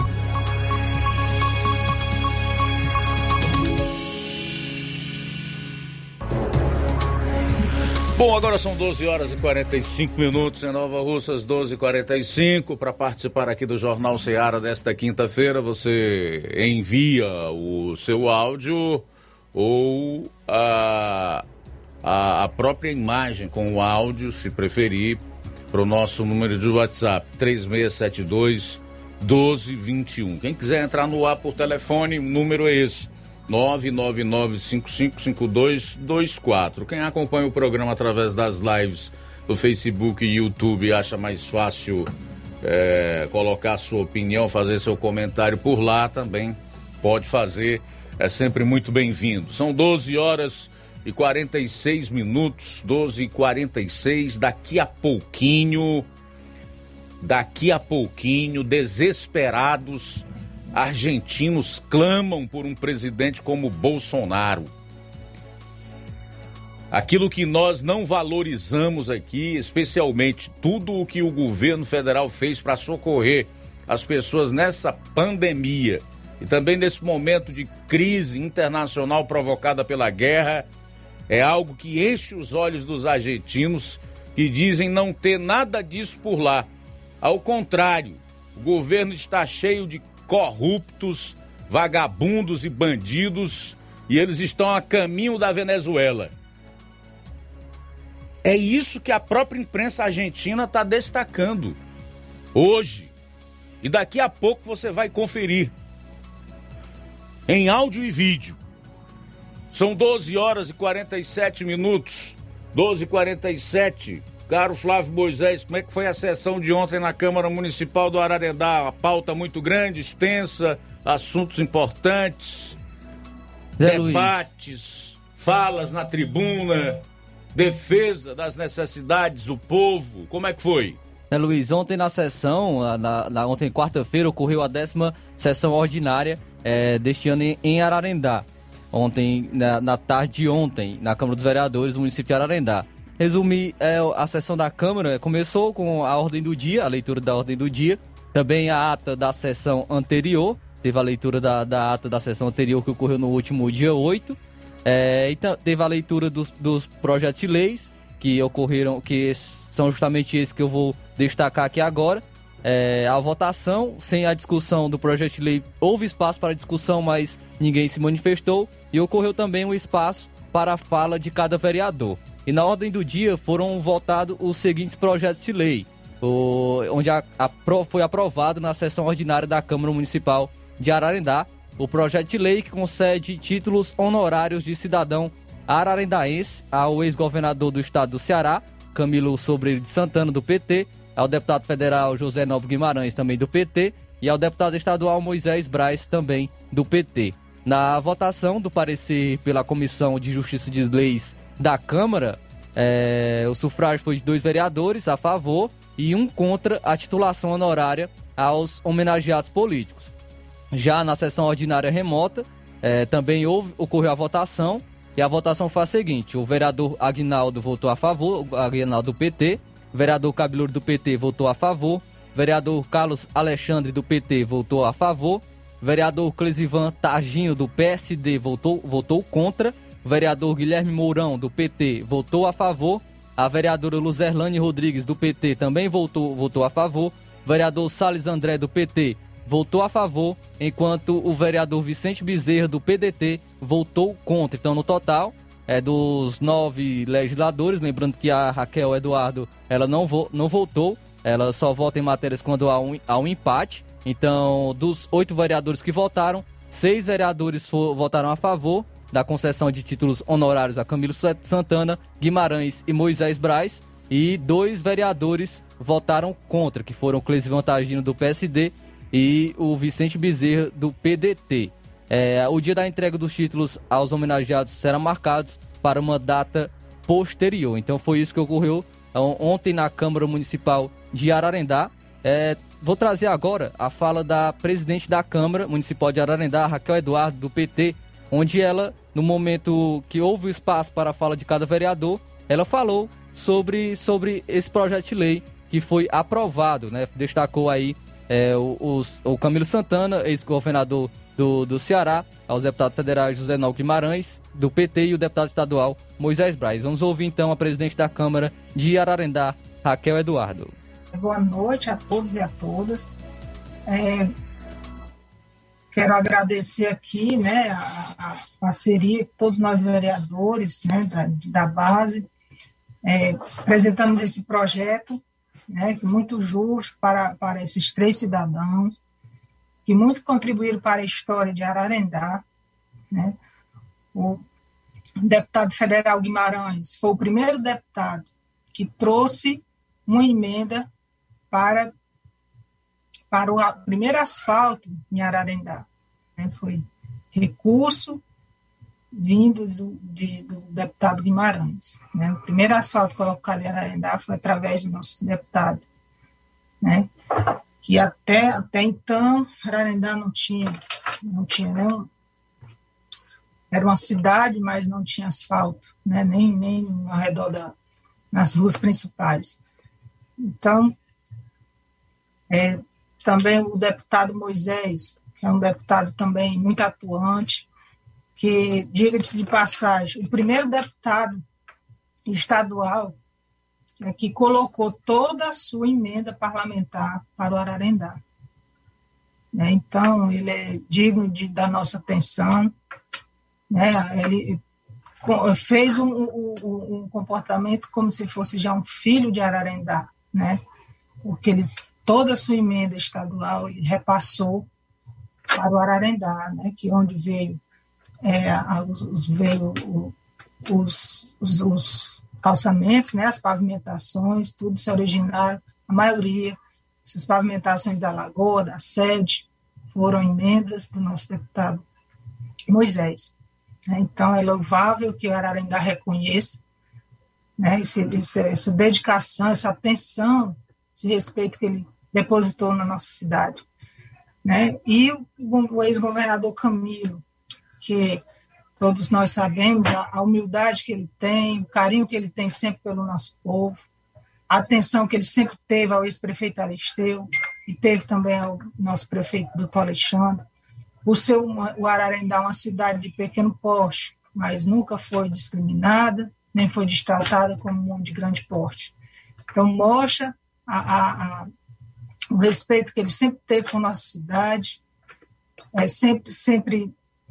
Bom, agora são doze horas e quarenta e cinco minutos em Nova Russas, doze e quarenta e cinco. Para participar aqui do Jornal Ceará desta quinta-feira, você envia o seu áudio ou a, a, a própria imagem com o áudio, se preferir, para o nosso número de WhatsApp, três seis sete dois, um dois dois um. Quem quiser entrar no ar por telefone, o número é esse, nove nove nove cinco cinco cinco dois dois quatro. Quem acompanha o programa através das lives do Facebook e YouTube acha mais fácil é, colocar sua opinião, fazer seu comentário por lá também, pode fazer, é sempre muito bem-vindo. São doze horas e quarenta e seis minutos, doze e quarenta e seis, daqui a pouquinho, daqui a pouquinho, desesperados, argentinos clamam por um presidente como Bolsonaro. Aquilo que nós não valorizamos aqui, especialmente tudo o que o governo federal fez para socorrer as pessoas nessa pandemia e também nesse momento de crise internacional provocada pela guerra, é algo que enche os olhos dos argentinos, que dizem não ter nada disso por lá. Ao contrário, o governo está cheio de corruptos, vagabundos e bandidos, e eles estão a caminho da Venezuela. É isso que a própria imprensa argentina está destacando hoje. E daqui a pouco você vai conferir em áudio e vídeo. São doze horas e quarenta e sete minutos, doze e quarenta e sete. Caro Flávio Moisés, como é que foi a sessão de ontem na Câmara Municipal do Ararendá? Uma pauta muito grande, extensa, assuntos importantes, Zé debates, Luiz. Falas na tribuna, defesa das necessidades do povo. Como é que foi? É, Luiz, ontem na sessão, na, na, ontem quarta-feira, ocorreu a décima sessão ordinária é, deste ano em, em Ararendá. Ontem, na, na tarde de ontem, na Câmara dos Vereadores do município de Ararendá. Resumir, é, a sessão da Câmara começou com a ordem do dia, a leitura da ordem do dia, também a ata da sessão anterior, teve a leitura da, da ata da sessão anterior que ocorreu no último dia oito, é, então, teve a leitura dos, dos projetos de leis que ocorreram, que são justamente esses que eu vou destacar aqui agora. É, a votação, sem a discussão do projeto de lei, houve espaço para discussão, mas ninguém se manifestou, e ocorreu também um espaço para a fala de cada vereador. E na ordem do dia foram votados os seguintes projetos de lei, o, onde a, a, foi aprovado na sessão ordinária da Câmara Municipal de Ararendá o projeto de lei que concede títulos honorários de cidadão ararendaense ao ex-governador do estado do Ceará, Camilo Sobreiro de Santana, do P T, ao deputado federal José Nobre Guimarães, também do P T, e ao deputado estadual Moisés Braz, também do P T. Na votação do parecer pela Comissão de Justiça e de Leis da Câmara, é, o sufrágio foi de dois vereadores a favor e um contra a titulação honorária aos homenageados políticos. Já na sessão ordinária remota, é, também houve, ocorreu a votação, e a votação foi a seguinte: o vereador Aguinaldo votou a favor, Aguinaldo do P T, o vereador Cabelouro do P T votou a favor, o vereador Carlos Alexandre do P T votou a favor, o vereador Clesivan Targino do P S D votou, votou contra, o vereador Guilherme Mourão do P T votou a favor, a vereadora Luzerlane Rodrigues do P T também votou, votou a favor, o vereador Salles André do P T votou a favor, enquanto o vereador Vicente Bezerra, do P D T, votou contra. Então, no total, é, dos nove legisladores, lembrando que a Raquel Eduardo ela não, vo- não votou, ela só vota em matérias quando há um, há um empate. Então, dos oito vereadores que votaram, seis vereadores for, votaram a favor da concessão de títulos honorários a Camilo Santana, Guimarães e Moisés Braz, e dois vereadores votaram contra, que foram o Clesivan Tagino, do P S D, e o Vicente Bezerra, do P D T. É, o dia da entrega dos títulos aos homenageados será marcado para uma data posterior. Então foi isso que ocorreu ontem na Câmara Municipal de Ararendá. É, vou trazer agora a fala da presidente da Câmara Municipal de Ararendá, Raquel Eduardo, do P T, onde ela, no momento que houve o espaço para a fala de cada vereador, ela falou sobre, sobre esse projeto de lei que foi aprovado, né? Destacou aí é, o, os, o Camilo Santana, ex-governador do, do Ceará, aos deputados federais José Naldo Guimarães, do P T, e o deputado estadual Moisés Braz. Vamos ouvir então a presidente da Câmara de Ararendá, Raquel Eduardo. Boa noite a todos e a todas. É, quero agradecer aqui, né, a, a parceria que todos nós vereadores, né, da, da base, é, apresentamos esse projeto, né, que é muito justo para, para esses três cidadãos, que muito contribuíram para a história de Ararendá, né. O deputado federal Guimarães foi o primeiro deputado que trouxe uma emenda para, para o primeiro asfalto em Ararendá. Né? Foi recurso vindo do, de, do deputado Guimarães. Né? O primeiro asfalto colocado em Ararendá foi através do nosso deputado. Né? Que até, até então, Ararendá não tinha, não tinha nenhum... Era uma cidade, mas não tinha asfalto, né? nem, nem ao redor da, nas ruas principais. Então, é, também o deputado Moisés, que é um deputado também muito atuante, que, diga-se de passagem, o primeiro deputado estadual é, que colocou toda a sua emenda parlamentar para o Ararendá. Né? Então, ele é digno de, da nossa atenção. Né? Ele fez um, um, um comportamento como se fosse já um filho de Ararendá, né? Porque ele, toda a sua emenda estadual ele repassou para o Ararendá, né? Que onde veio, é, os, veio os, os, os calçamentos, né? As pavimentações, tudo se originaram, a maioria, essas pavimentações da Lagoa, da sede, foram emendas do nosso deputado Moisés. Então, é louvável que o Ararendá reconheça, né, esse, esse, essa dedicação, essa atenção, esse respeito que ele depositou na nossa cidade. Né? E o, o ex-governador Camilo, que todos nós sabemos a, a humildade que ele tem, o carinho que ele tem sempre pelo nosso povo, a atenção que ele sempre teve ao ex-prefeito Alisteu e teve também ao nosso prefeito, doutor Alexandre. Por ser uma, o Ararendá uma cidade de pequeno porte, mas nunca foi discriminada, nem foi destratada como um de grande porte. Então, mostra a, a, a, o respeito que ele sempre teve com a nossa cidade, é, sempre, sempre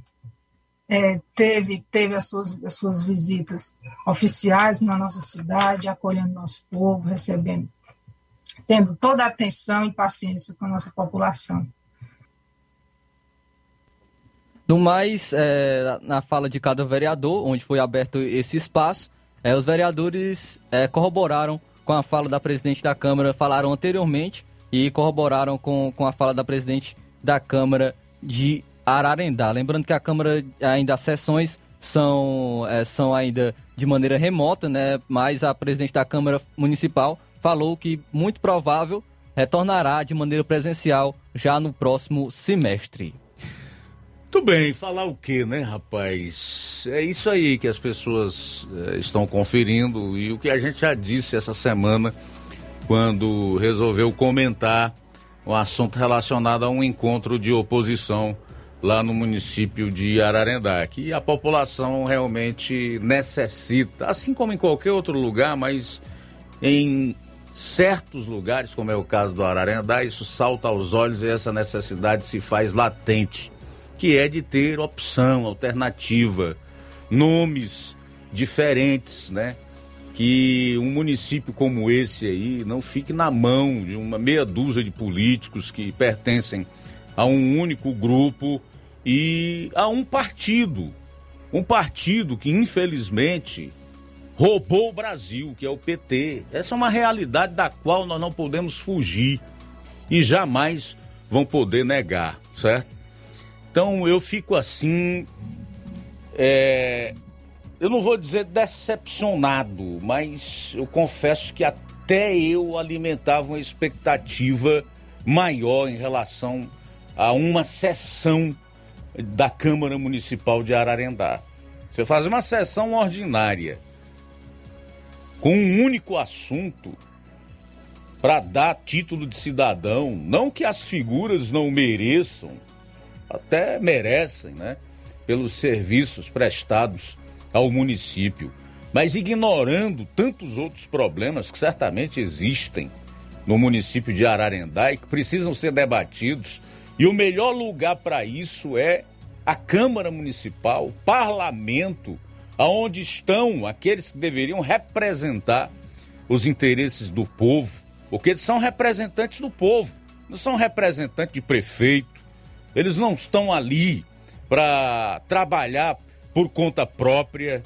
é, teve, teve as, suas, as suas visitas oficiais na nossa cidade, acolhendo nosso povo, recebendo, tendo toda a atenção e paciência com a nossa população. No mais, é, na fala de cada vereador, onde foi aberto esse espaço, é, os vereadores é, corroboraram com a fala da presidente da Câmara, falaram anteriormente, e corroboraram com, com a fala da presidente da Câmara de Ararendá. Lembrando que a Câmara, ainda as sessões são, é, são ainda de maneira remota, né? Mas a presidente da Câmara Municipal falou que muito provável retornará de maneira presencial já no próximo semestre. Muito bem, falar o quê, né, rapaz? É isso aí que as pessoas é, estão conferindo e o que a gente já disse essa semana quando resolveu comentar um assunto relacionado a um encontro de oposição lá no município de Ararendá, que a população realmente necessita, assim como em qualquer outro lugar, mas em certos lugares, como é o caso do Ararendá, isso salta aos olhos e essa necessidade se faz latente, que é de ter opção, alternativa, nomes diferentes, né? Que um município como esse aí não fique na mão de uma meia dúzia de políticos que pertencem a um único grupo e a um partido, um partido que infelizmente roubou o Brasil, que é o P T. Essa é uma realidade da qual nós não podemos fugir e jamais vão poder negar, certo? Então eu fico assim, é, eu não vou dizer decepcionado, mas eu confesso que até eu alimentava uma expectativa maior em relação a uma sessão da Câmara Municipal de Ararendá. Você faz uma sessão ordinária com um único assunto para dar título de cidadão, não que as figuras não mereçam, até merecem, né, pelos serviços prestados ao município, mas ignorando tantos outros problemas que certamente existem no município de Ararendá e que precisam ser debatidos. E o melhor lugar para isso é a Câmara Municipal, o parlamento, aonde estão aqueles que deveriam representar os interesses do povo, porque eles são representantes do povo, não são representantes de prefeito, eles não estão ali para trabalhar por conta própria,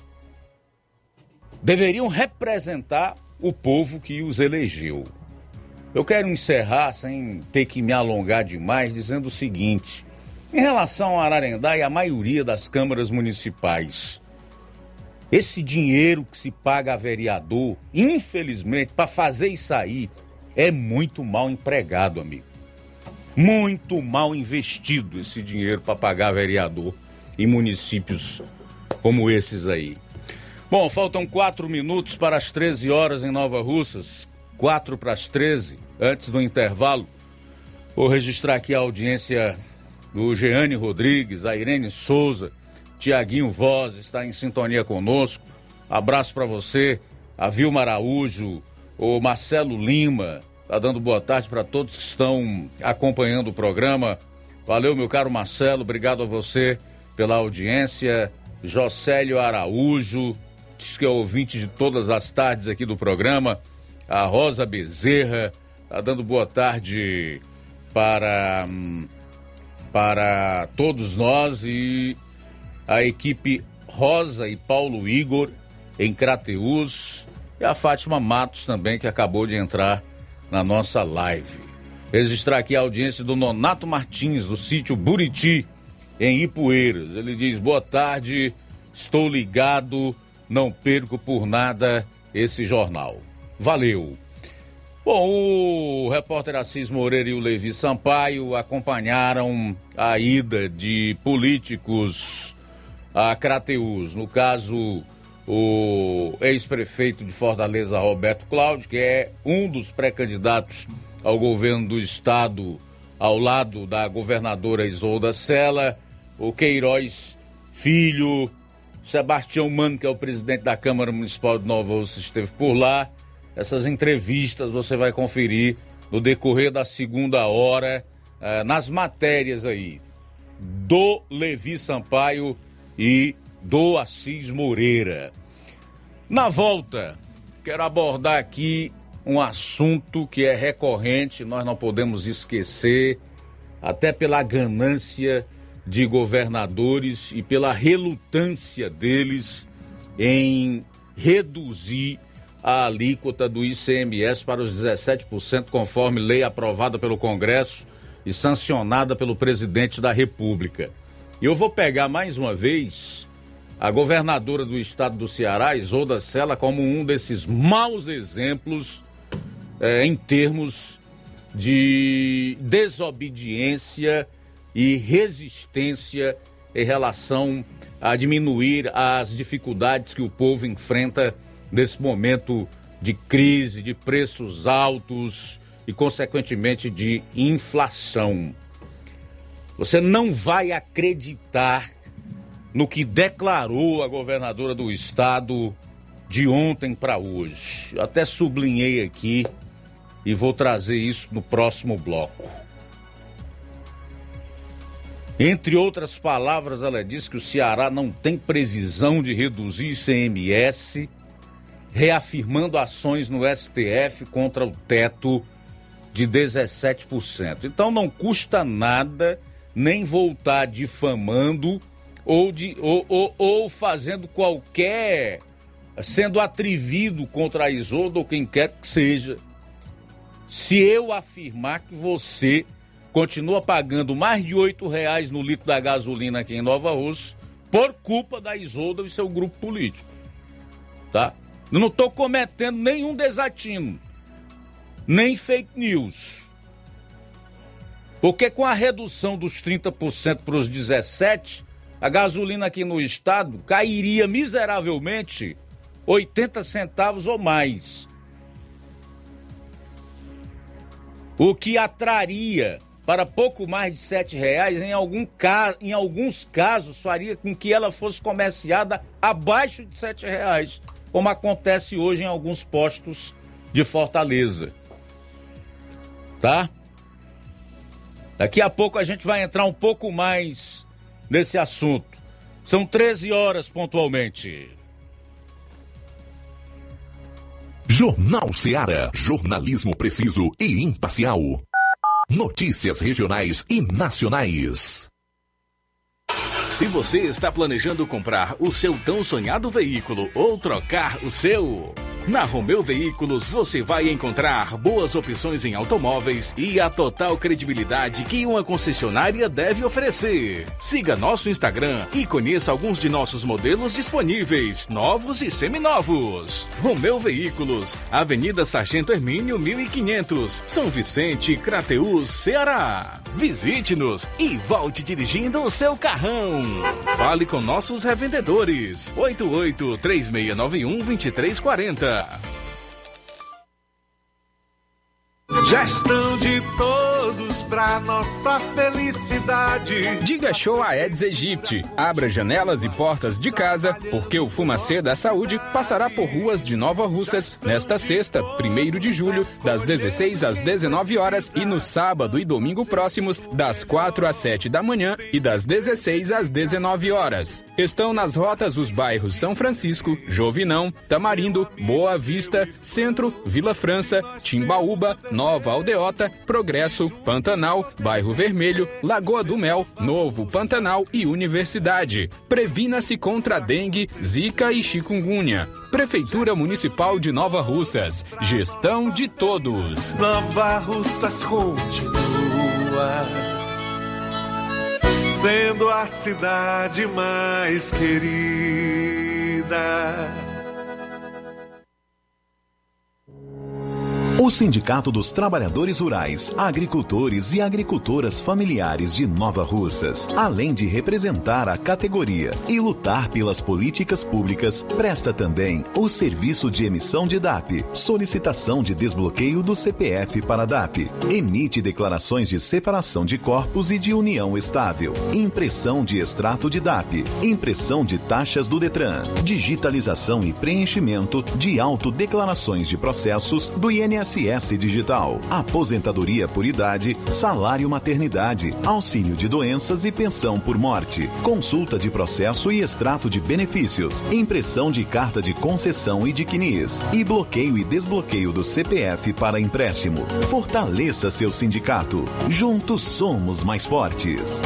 deveriam representar o povo que os elegeu. Eu quero encerrar, sem ter que me alongar demais, dizendo o seguinte: em relação a Ararendá e a maioria das câmaras municipais, esse dinheiro que se paga a vereador, infelizmente, para fazer isso aí, é muito mal empregado, amigo. Muito mal investido esse dinheiro para pagar vereador em municípios como esses aí. Bom, faltam quatro minutos para as treze horas em Nova Russas. Quatro para as treze, antes do intervalo. Vou registrar aqui a audiência do Jeane Rodrigues, a Irene Souza, Tiaguinho Voz está em sintonia conosco. Abraço para você, a Vilma Araújo, o Marcelo Lima, tá dando boa tarde para todos que estão acompanhando o programa. Valeu, meu caro Marcelo, obrigado a você pela audiência. Jocélio Araújo, diz que é ouvinte de todas as tardes aqui do programa. A Rosa Bezerra tá dando boa tarde para, para todos nós e a equipe Rosa e Paulo Igor em Crateús e a Fátima Matos também, que acabou de entrar na nossa live. Registrar aqui a audiência do Nonato Martins, do sítio Buriti, em Ipueiras. Ele diz: boa tarde, estou ligado, não perco por nada esse jornal. Valeu. Bom, o repórter Assis Moreira e o Levi Sampaio acompanharam a ida de políticos a Crateús. No caso, o ex-prefeito de Fortaleza, Roberto Cláudio, que é um dos pré-candidatos ao governo do estado, ao lado da governadora Isolda Sela, o Queiroz Filho, Sebastião Mano, que é o presidente da Câmara Municipal de Nova Russa, esteve por lá. Essas entrevistas você vai conferir no decorrer da segunda hora, eh, nas matérias aí do Levi Sampaio e do Assis Moreira. Na volta, quero abordar aqui um assunto que é recorrente, nós não podemos esquecer, até pela ganância de governadores e pela relutância deles em reduzir a alíquota do I C M S para os dezessete por cento, conforme lei aprovada pelo Congresso e sancionada pelo presidente da República. E eu vou pegar mais uma vez a governadora do estado do Ceará, Isolda Sela, como um desses maus exemplos é, em termos de desobediência e resistência em relação a diminuir as dificuldades que o povo enfrenta nesse momento de crise, de preços altos e, consequentemente, de inflação. Você não vai acreditar no que declarou a governadora do estado de ontem para hoje. Eu até sublinhei aqui e vou trazer isso no próximo bloco. Entre outras palavras, ela diz que o Ceará não tem previsão de reduzir I C M S, reafirmando ações no S T F contra o teto de dezessete por cento. Então não custa nada nem voltar difamando ou, de, ou, ou, ou fazendo qualquer, sendo atrevido contra a Isolda ou quem quer que seja. Se eu afirmar que você continua pagando mais de oito reais no litro da gasolina aqui em Nova Russa por culpa da Isolda e seu grupo político, tá? Eu não estou cometendo nenhum desatino, nem fake news. Porque com a redução dos trinta por cento para os dezessete por cento, a gasolina aqui no estado cairia miseravelmente oitenta centavos ou mais. O que atraria para pouco mais de sete reais, em, algum ca... em alguns casos faria com que ela fosse comerciada abaixo de sete reais, como acontece hoje em alguns postos de Fortaleza. Tá? Daqui a pouco a gente vai entrar um pouco mais nesse assunto. São treze horas pontualmente. Jornal Ceará, jornalismo preciso e imparcial. Notícias regionais e nacionais. Se você está planejando comprar o seu tão sonhado veículo ou trocar o seu, na Romeu Veículos você vai encontrar boas opções em automóveis e a total credibilidade que uma concessionária deve oferecer. Siga nosso Instagram e conheça alguns de nossos modelos disponíveis, novos e seminovos. Romeu Veículos, Avenida Sargento Hermínio mil e quinhentos, São Vicente, Crateús, Ceará. Visite-nos e volte dirigindo o seu carrão. Fale com nossos revendedores. oito oito, três seis nove um, dois três quatro zero. Gestão de todos pra nossa felicidade. Diga show a Aedes aegypti. Abra janelas e portas de casa, porque o Fumacê da Saúde passará por ruas de Nova Russas nesta sexta, primeiro de julho, das dezesseis às dezenove horas e no sábado e domingo próximos, das quatro às sete da manhã e das dezesseis às dezenove horas. Estão nas rotas os bairros São Francisco, Jovinão, Tamarindo, Boa Vista, Centro, Vila França, Timbaúba, Nova Aldeota, Progresso, Pantanal, Bairro Vermelho, Lagoa do Mel, Novo Pantanal e Universidade. Previna-se contra a dengue, zika e chikungunya. Prefeitura Municipal de Nova Russas. Gestão de todos. Nova Russas continua sendo a cidade mais querida. O Sindicato dos Trabalhadores Rurais, Agricultores e Agricultoras Familiares de Nova Russas, além de representar a categoria e lutar pelas políticas públicas, presta também o serviço de emissão de D A P, solicitação de desbloqueio do C P F para D A P, emite declarações de separação de corpos e de união estável, impressão de extrato de D A P, impressão de taxas do Detran, digitalização e preenchimento de autodeclarações de processos do I N S S Digital, aposentadoria por idade, salário maternidade, auxílio de doenças e pensão por morte, consulta de processo e extrato de benefícios, impressão de carta de concessão e de C N I S, e bloqueio e desbloqueio do C P F para empréstimo. Fortaleça seu sindicato. Juntos somos mais fortes.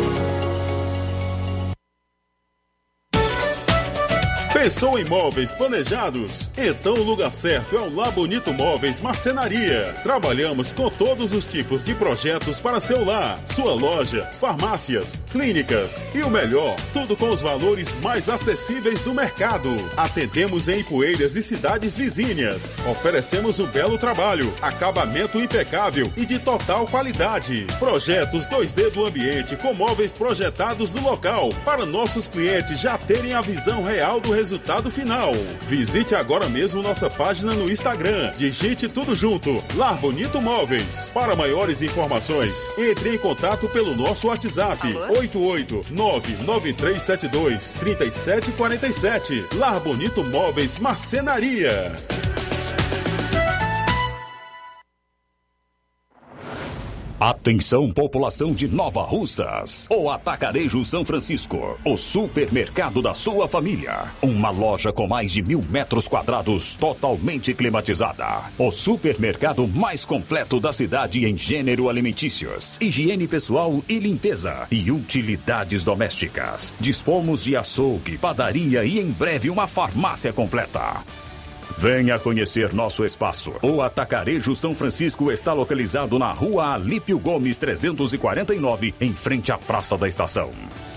Pensou em móveis planejados? Então o lugar certo é o Lá Bonito Móveis Marcenaria. Trabalhamos com todos os tipos de projetos para seu lar, sua loja, farmácias, clínicas e o melhor, tudo com os valores mais acessíveis do mercado. Atendemos em Ipueiras e cidades vizinhas. Oferecemos um belo trabalho, acabamento impecável e de total qualidade. Projetos dois D do ambiente com móveis projetados no local para nossos clientes já terem a visão real do resultado resultado final. Visite agora mesmo nossa página no Instagram. Digite tudo junto, Lar Bonito Móveis. Para maiores informações, entre em contato pelo nosso WhatsApp oito oito nove nove três sete dois três sete quatro sete. Lar Bonito Móveis Marcenaria. Atenção, população de Nova Russas. O Atacarejo São Francisco, o supermercado da sua família. Uma loja com mais de mil metros quadrados, totalmente climatizada. O supermercado mais completo da cidade em gênero alimentícios, higiene pessoal e limpeza e utilidades domésticas. Dispomos de açougue, padaria e em breve uma farmácia completa. Venha conhecer nosso espaço. O Atacarejo São Francisco está localizado na Rua Alípio Gomes trezentos e quarenta e nove, em frente à Praça da Estação.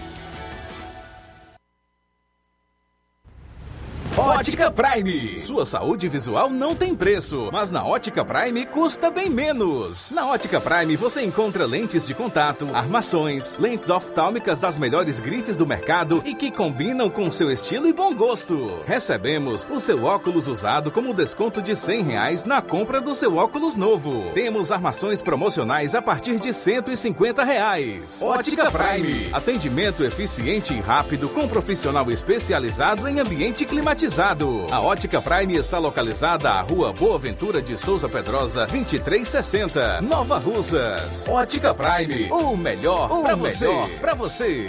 Ótica Prime. Sua saúde visual não tem preço, mas na Ótica Prime custa bem menos. Na Ótica Prime você encontra lentes de contato, armações, lentes oftálmicas das melhores grifes do mercado e que combinam com seu estilo e bom gosto. Recebemos o seu óculos usado como desconto de cem reais na compra do seu óculos novo. Temos armações promocionais a partir de cento e cinquenta reais. Ótica Prime. Atendimento eficiente e rápido com profissional especializado em ambiente climatizado. A Ótica Prime está localizada à Rua Boa Ventura de Souza Pedrosa, vinte e três sessenta, Nova Russas. Ótica Prime, o melhor para você. Pra você.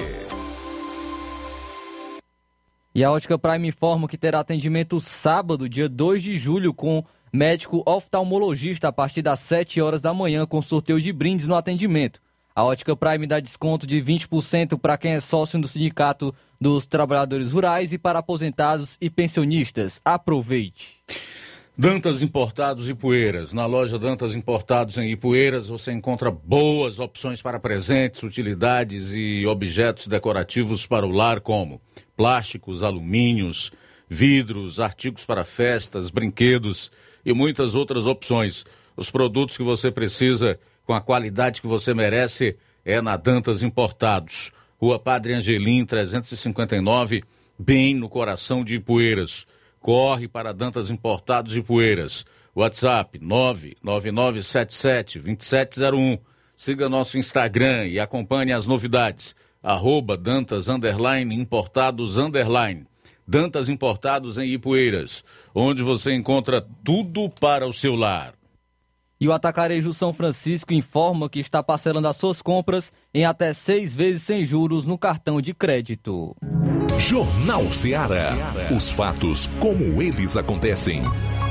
E a Ótica Prime informa que terá atendimento sábado, dia dois de julho, com médico oftalmologista a partir das sete horas da manhã, com sorteio de brindes no atendimento. A Ótica Prime dá desconto de vinte por cento para quem é sócio do Sindicato dos Trabalhadores Rurais e para aposentados e pensionistas. Aproveite! Dantas Importados e Ipueiras. Na loja Dantas Importados em Ipueiras você encontra boas opções para presentes, utilidades e objetos decorativos para o lar, como plásticos, alumínios, vidros, artigos para festas, brinquedos e muitas outras opções. Os produtos que você precisa com a qualidade que você merece é na Dantas Importados. Rua Padre Angelim, trezentos e cinquenta e nove, bem no coração de Ipueiras. Corre para Dantas Importados e Ipueiras. WhatsApp nove nove nove sete sete dois sete zero um. Siga nosso Instagram e acompanhe as novidades. Arroba Dantas underline Importados underline. Dantas Importados em Ipueiras, onde você encontra tudo para o seu lar. E o Atacarejo São Francisco informa que está parcelando as suas compras em até seis vezes sem juros no cartão de crédito. Jornal Ceará. Os fatos como eles acontecem.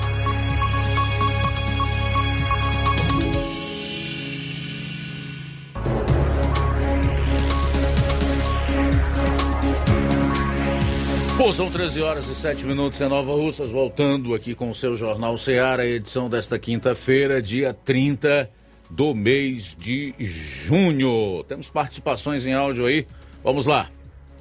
Bom, são treze horas e sete minutos em Nova Russas, voltando aqui com o seu Jornal Ceará, edição desta quinta-feira, dia trinta do mês de junho. Temos participações em áudio aí, vamos lá.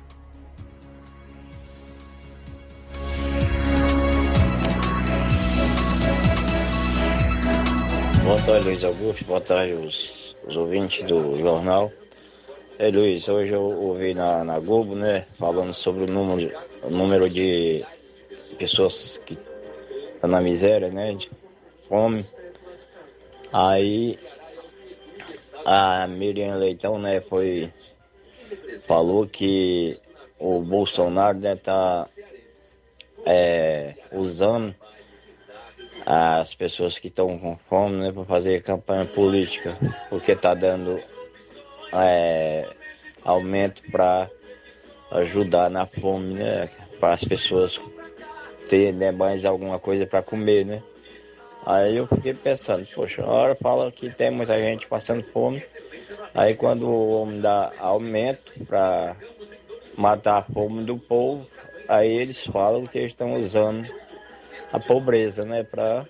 Boa tarde, Luiz Augusto, boa tarde os, os ouvintes do jornal. É, Luiz, hoje eu ouvi na, na Globo, né, falando sobre o número, o número de pessoas que estão na miséria, né, de fome. Aí a Miriam Leitão, né, foi, falou que o Bolsonaro, né, tá é, usando as pessoas que estão com fome, né, para fazer campanha política, porque tá dando É, aumento para ajudar na fome, né? Para as pessoas terem, né, mais alguma coisa para comer, né? Aí eu fiquei pensando, poxa, a hora fala que tem muita gente passando fome, aí quando o homem dá aumento para matar a fome do povo, aí eles falam que eles estão usando a pobreza, né? Para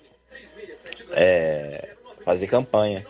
é, fazer campanha.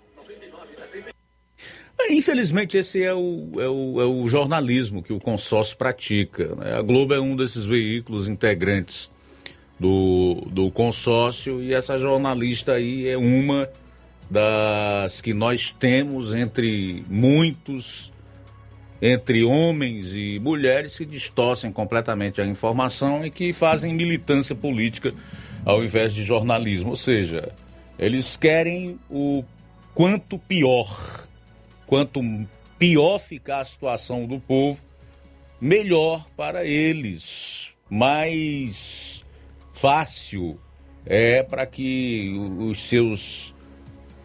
Infelizmente esse é o, é, o, é o jornalismo que o consórcio pratica, né? A Globo é um desses veículos integrantes do, do consórcio e essa jornalista aí é uma das que nós temos entre muitos, entre homens e mulheres que distorcem completamente a informação e que fazem militância política ao invés de jornalismo. Ou seja, eles querem o quanto pior. Quanto pior ficar a situação do povo, melhor para eles. Mais fácil é para que os seus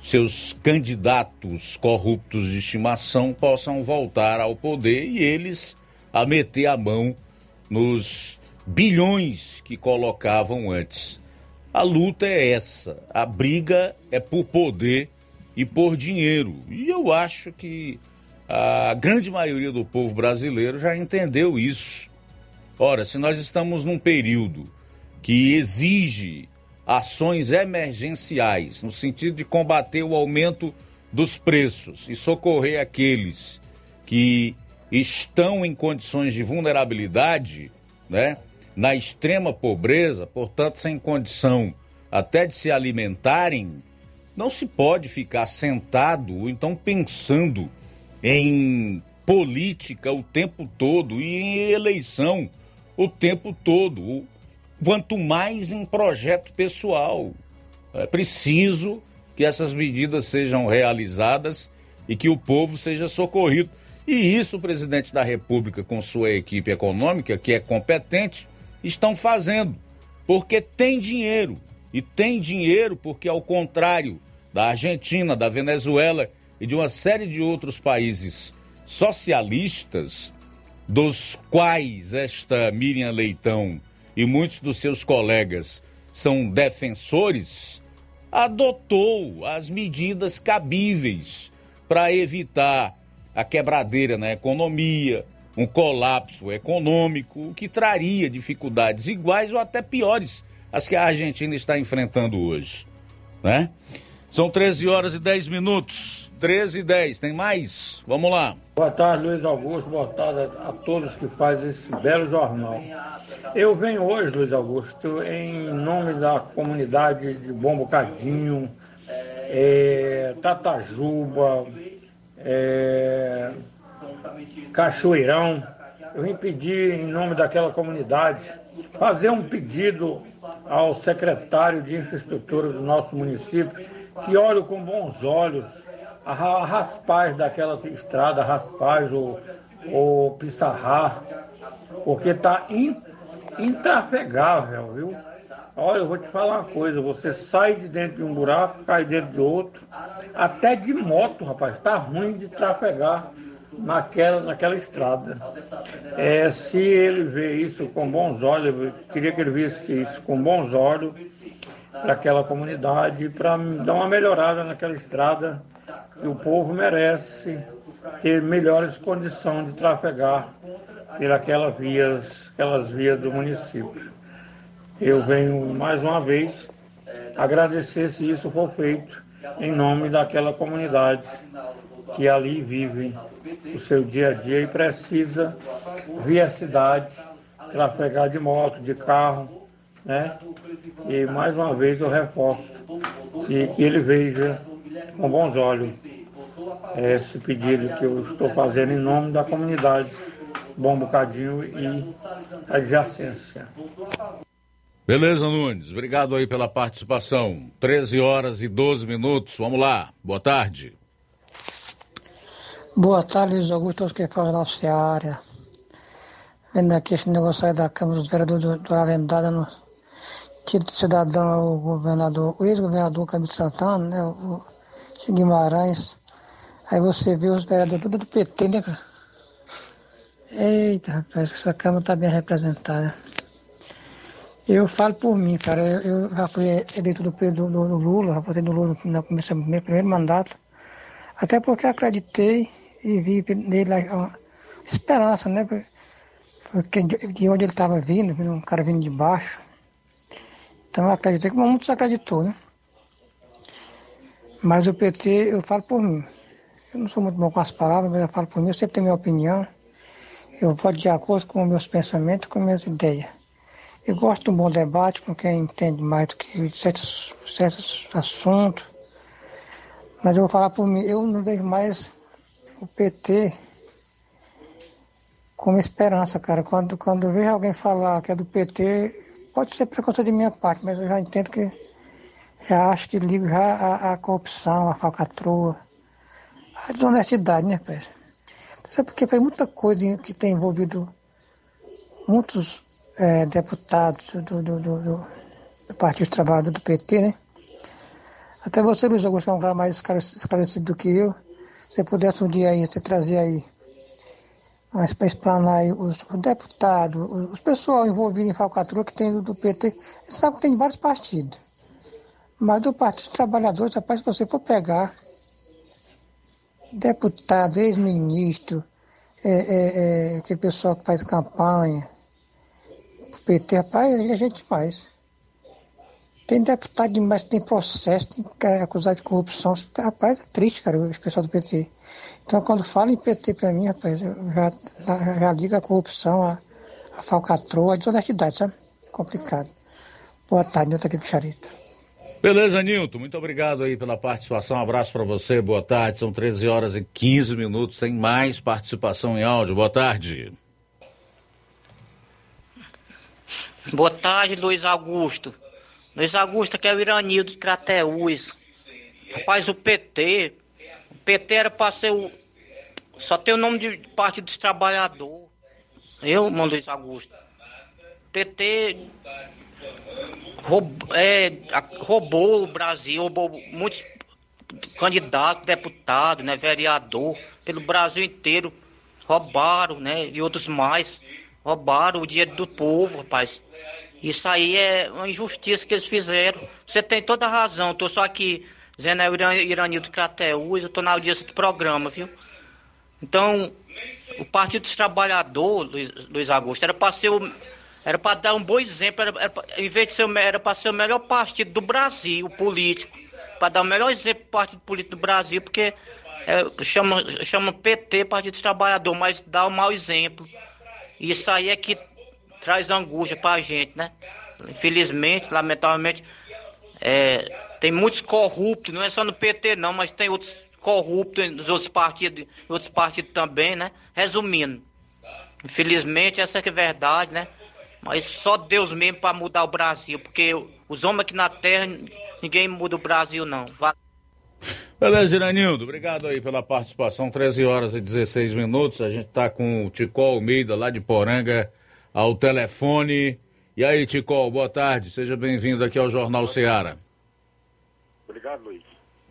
seus candidatos corruptos de estimação possam voltar ao poder e eles a meter a mão nos bilhões que colocavam antes. A luta é essa, a briga é por poder e por dinheiro. E eu acho que a grande maioria do povo brasileiro já entendeu isso. Ora, se nós estamos num período que exige ações emergenciais, no sentido de combater o aumento dos preços e socorrer aqueles que estão em condições de vulnerabilidade, né, na extrema pobreza, portanto sem condição até de se alimentarem, não se pode ficar sentado ou então pensando em política o tempo todo e em eleição o tempo todo, quanto mais em projeto pessoal. É preciso que essas medidas sejam realizadas e que o povo seja socorrido. E isso o presidente da República, com sua equipe econômica, que é competente, estão fazendo, porque tem dinheiro. E tem dinheiro porque, ao contrário da Argentina, da Venezuela e de uma série de outros países socialistas, dos quais esta Miriam Leitão e muitos dos seus colegas são defensores, adotou as medidas cabíveis para evitar a quebradeira na economia, um colapso econômico, o que traria dificuldades iguais ou até piores às que a Argentina está enfrentando hoje, né? São treze horas e dez minutos, treze e dez, tem mais? Vamos lá. Boa tarde, Luiz Augusto, boa tarde a todos que fazem esse belo jornal. Eu venho hoje, Luiz Augusto, em nome da comunidade de Bom Bocadinho, é, Tatajuba, é, Cachoeirão. Eu vim pedir, em nome daquela comunidade, fazer um pedido ao secretário de infraestrutura do nosso município, que olhe com bons olhos a raspaz daquela estrada, raspaz ou, ou pissarrar, porque está intrafegável, viu? Olha, eu vou te falar uma coisa, você sai de dentro de um buraco, cai dentro de outro, até de moto, rapaz, está ruim de trafegar naquela, naquela estrada. É, se ele vê isso com bons olhos, eu queria que ele visse isso com bons olhos para aquela comunidade, para dar uma melhorada naquela estrada, que o povo merece ter melhores condições de trafegar por aquelas vias, aquelas vias do município. Eu venho mais uma vez agradecer se isso for feito em nome daquela comunidade que ali vive o seu dia a dia e precisa vir à cidade, trafegar de moto, de carro, né? E mais uma vez eu reforço que, que ele veja com bons olhos esse pedido que eu estou fazendo em nome da comunidade Bom Bocadinho e adjacência. Beleza, Nunes. Obrigado aí pela participação. treze horas e doze minutos. Vamos lá. Boa tarde. Boa tarde, Luiz Augusto, que fala da Ceará. Vendo aqui esse negócio aí da Câmara dos Vereadores do, do Arendada no título de cidadão ao governador, o ex-governador Camilo Santana, né, o, o Guimarães. Aí você vê os vereadores tudo do P T, né, cara? Eita, rapaz, essa Câmara tá bem representada. Eu falo por mim, cara, eu, eu já fui eleito do, do, do Lula, já votei no Lula no começo do meu primeiro mandato, até porque acreditei e vi nele uma esperança, né, porque de onde ele estava vindo, um cara vindo de baixo, então eu acreditei, como muitos acreditou, né, mas o P T, eu falo por mim, eu não sou muito bom com as palavras, mas eu falo por mim, eu sempre tenho minha opinião, eu voto de acordo com meus pensamentos, com minhas ideias. Eu gosto de um bom debate com quem entende mais do que certos, certos assuntos. Mas eu vou falar por mim, eu não vejo mais o P T como esperança, cara. Quando, quando eu vejo alguém falar que é do P T, pode ser preconceito de minha parte, mas eu já entendo que, já acho que ligo já a, a corrupção, a falcatrua, a desonestidade, né, Pérez? Isso é porque foi muita coisa que tem envolvido muitos É, deputados do, do, do, do Partido Trabalhador do P T, né? Até você, Luiz Augusto, é um cara mais esclarecido do que eu. Se você pudesse um dia aí, você trazer aí, mas para explanar aí os, os deputados, os, os pessoal envolvidos em falcatrua que tem do, do P T, você sabe que tem vários partidos. Mas do Partido dos Trabalhadores, rapaz, se você for pegar deputado, ex-ministro, é, é, é, aquele pessoal que faz campanha, o P T, rapaz, é gente demais. Tem deputado demais que tem processo, tem é acusado de corrupção. Rapaz, é triste, cara, o pessoal do P T. Então, quando fala em P T pra mim, rapaz, eu já, já, já liga a corrupção, a, a falcatrua, a desonestidade, sabe? Complicado. Boa tarde, Nilton aqui do Charito. Beleza, Nilton, muito obrigado aí pela participação, um abraço para você, boa tarde, são treze horas e quinze minutos, tem mais participação em áudio, boa tarde. Boa tarde, Luiz Augusto. Luiz Augusto, que é o Iranildo de Crateús. Rapaz, o P T, o P T era para ser o, só tem o nome de Partido dos Trabalhadores. Eu, mano, Luiz Augusto. P T... Roubou, é, roubou o Brasil, roubou muitos candidatos, deputados, né, vereador, pelo Brasil inteiro, roubaram, né, e outros mais, roubaram o dinheiro do povo, rapaz. Isso aí é uma injustiça que eles fizeram. Você tem toda a razão, eu tô só aqui dizendo é o Iranildo Crateús, eu tô na audiência do programa, viu? Então, o Partido dos Trabalhadores, Luiz, Luiz Augusto, era para ser o Era para dar um bom exemplo, era, era, em vez de ser, era para ser o melhor partido do Brasil, político, para dar o melhor exemplo do partido político do Brasil, porque é, chama, chama P T, Partido dos Trabalhadores, mas dá um mau exemplo. Isso aí é que traz angústia para a gente, né? Infelizmente, lamentavelmente, é, tem muitos corruptos, não é só no P T não, mas tem outros corruptos nos outros partidos, outros partidos também, né? Resumindo, infelizmente, essa é que é a verdade, né? Mas só Deus mesmo para mudar o Brasil, porque os homens aqui na terra, ninguém muda o Brasil, não. Vai. Beleza, Iranildo, obrigado aí pela participação, treze horas e dezesseis minutos, a gente tá com o Ticol Almeida, lá de Poranga, ao telefone. E aí, Ticol, boa tarde, seja bem-vindo aqui ao Jornal Ceará. Obrigado, Luiz.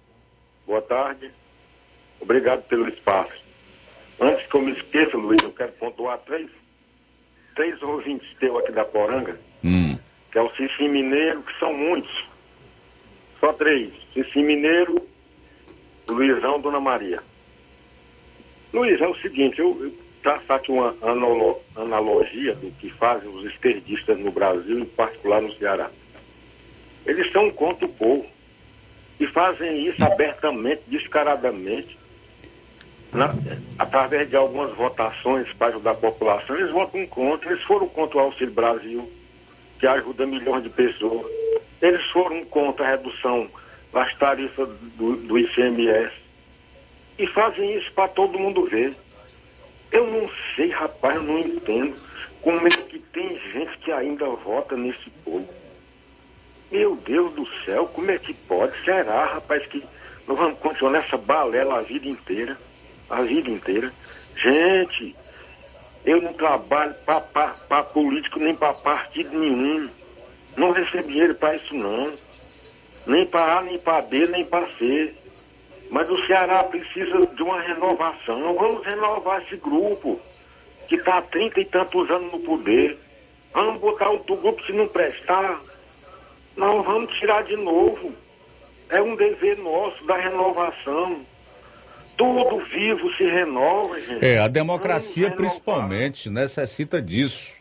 Boa tarde, obrigado pelo espaço. Antes que eu me esqueça, Luiz, eu quero pontuar três três ouvintes teu aqui da Poranga, hum. que é o Cici Mineiro, que são muitos. Só três. Cici Mineiro, Luizão, Dona Maria. Luiz, é o seguinte, eu, eu traçar aqui uma analo, analogia do que fazem os esquerdistas no Brasil, em particular no Ceará. Eles são contra o povo e fazem isso abertamente, descaradamente. Na, através de algumas votações para ajudar a população, eles votam contra. Eles foram contra o Auxílio Brasil, que ajuda milhões de pessoas. Eles foram contra a redução das tarifas do, do I C M S. E fazem isso para todo mundo ver. Eu não sei, rapaz, eu não entendo como é que tem gente que ainda vota nesse povo. Meu Deus do céu, como é que pode? Será, rapaz, que nós vamos continuar nessa balela a vida inteira? A vida inteira. Gente, eu não trabalho para político nem para partido nenhum. Não recebo dinheiro para isso não. Nem para A, nem para B, nem para C. Mas o Ceará precisa de uma renovação. Vamos renovar esse grupo que está há trinta e tantos anos no poder. Vamos botar outro grupo, se não prestar, nós vamos tirar de novo. É um dever nosso da renovação. Tudo vivo se renova, gente. É, a democracia principalmente necessita disso.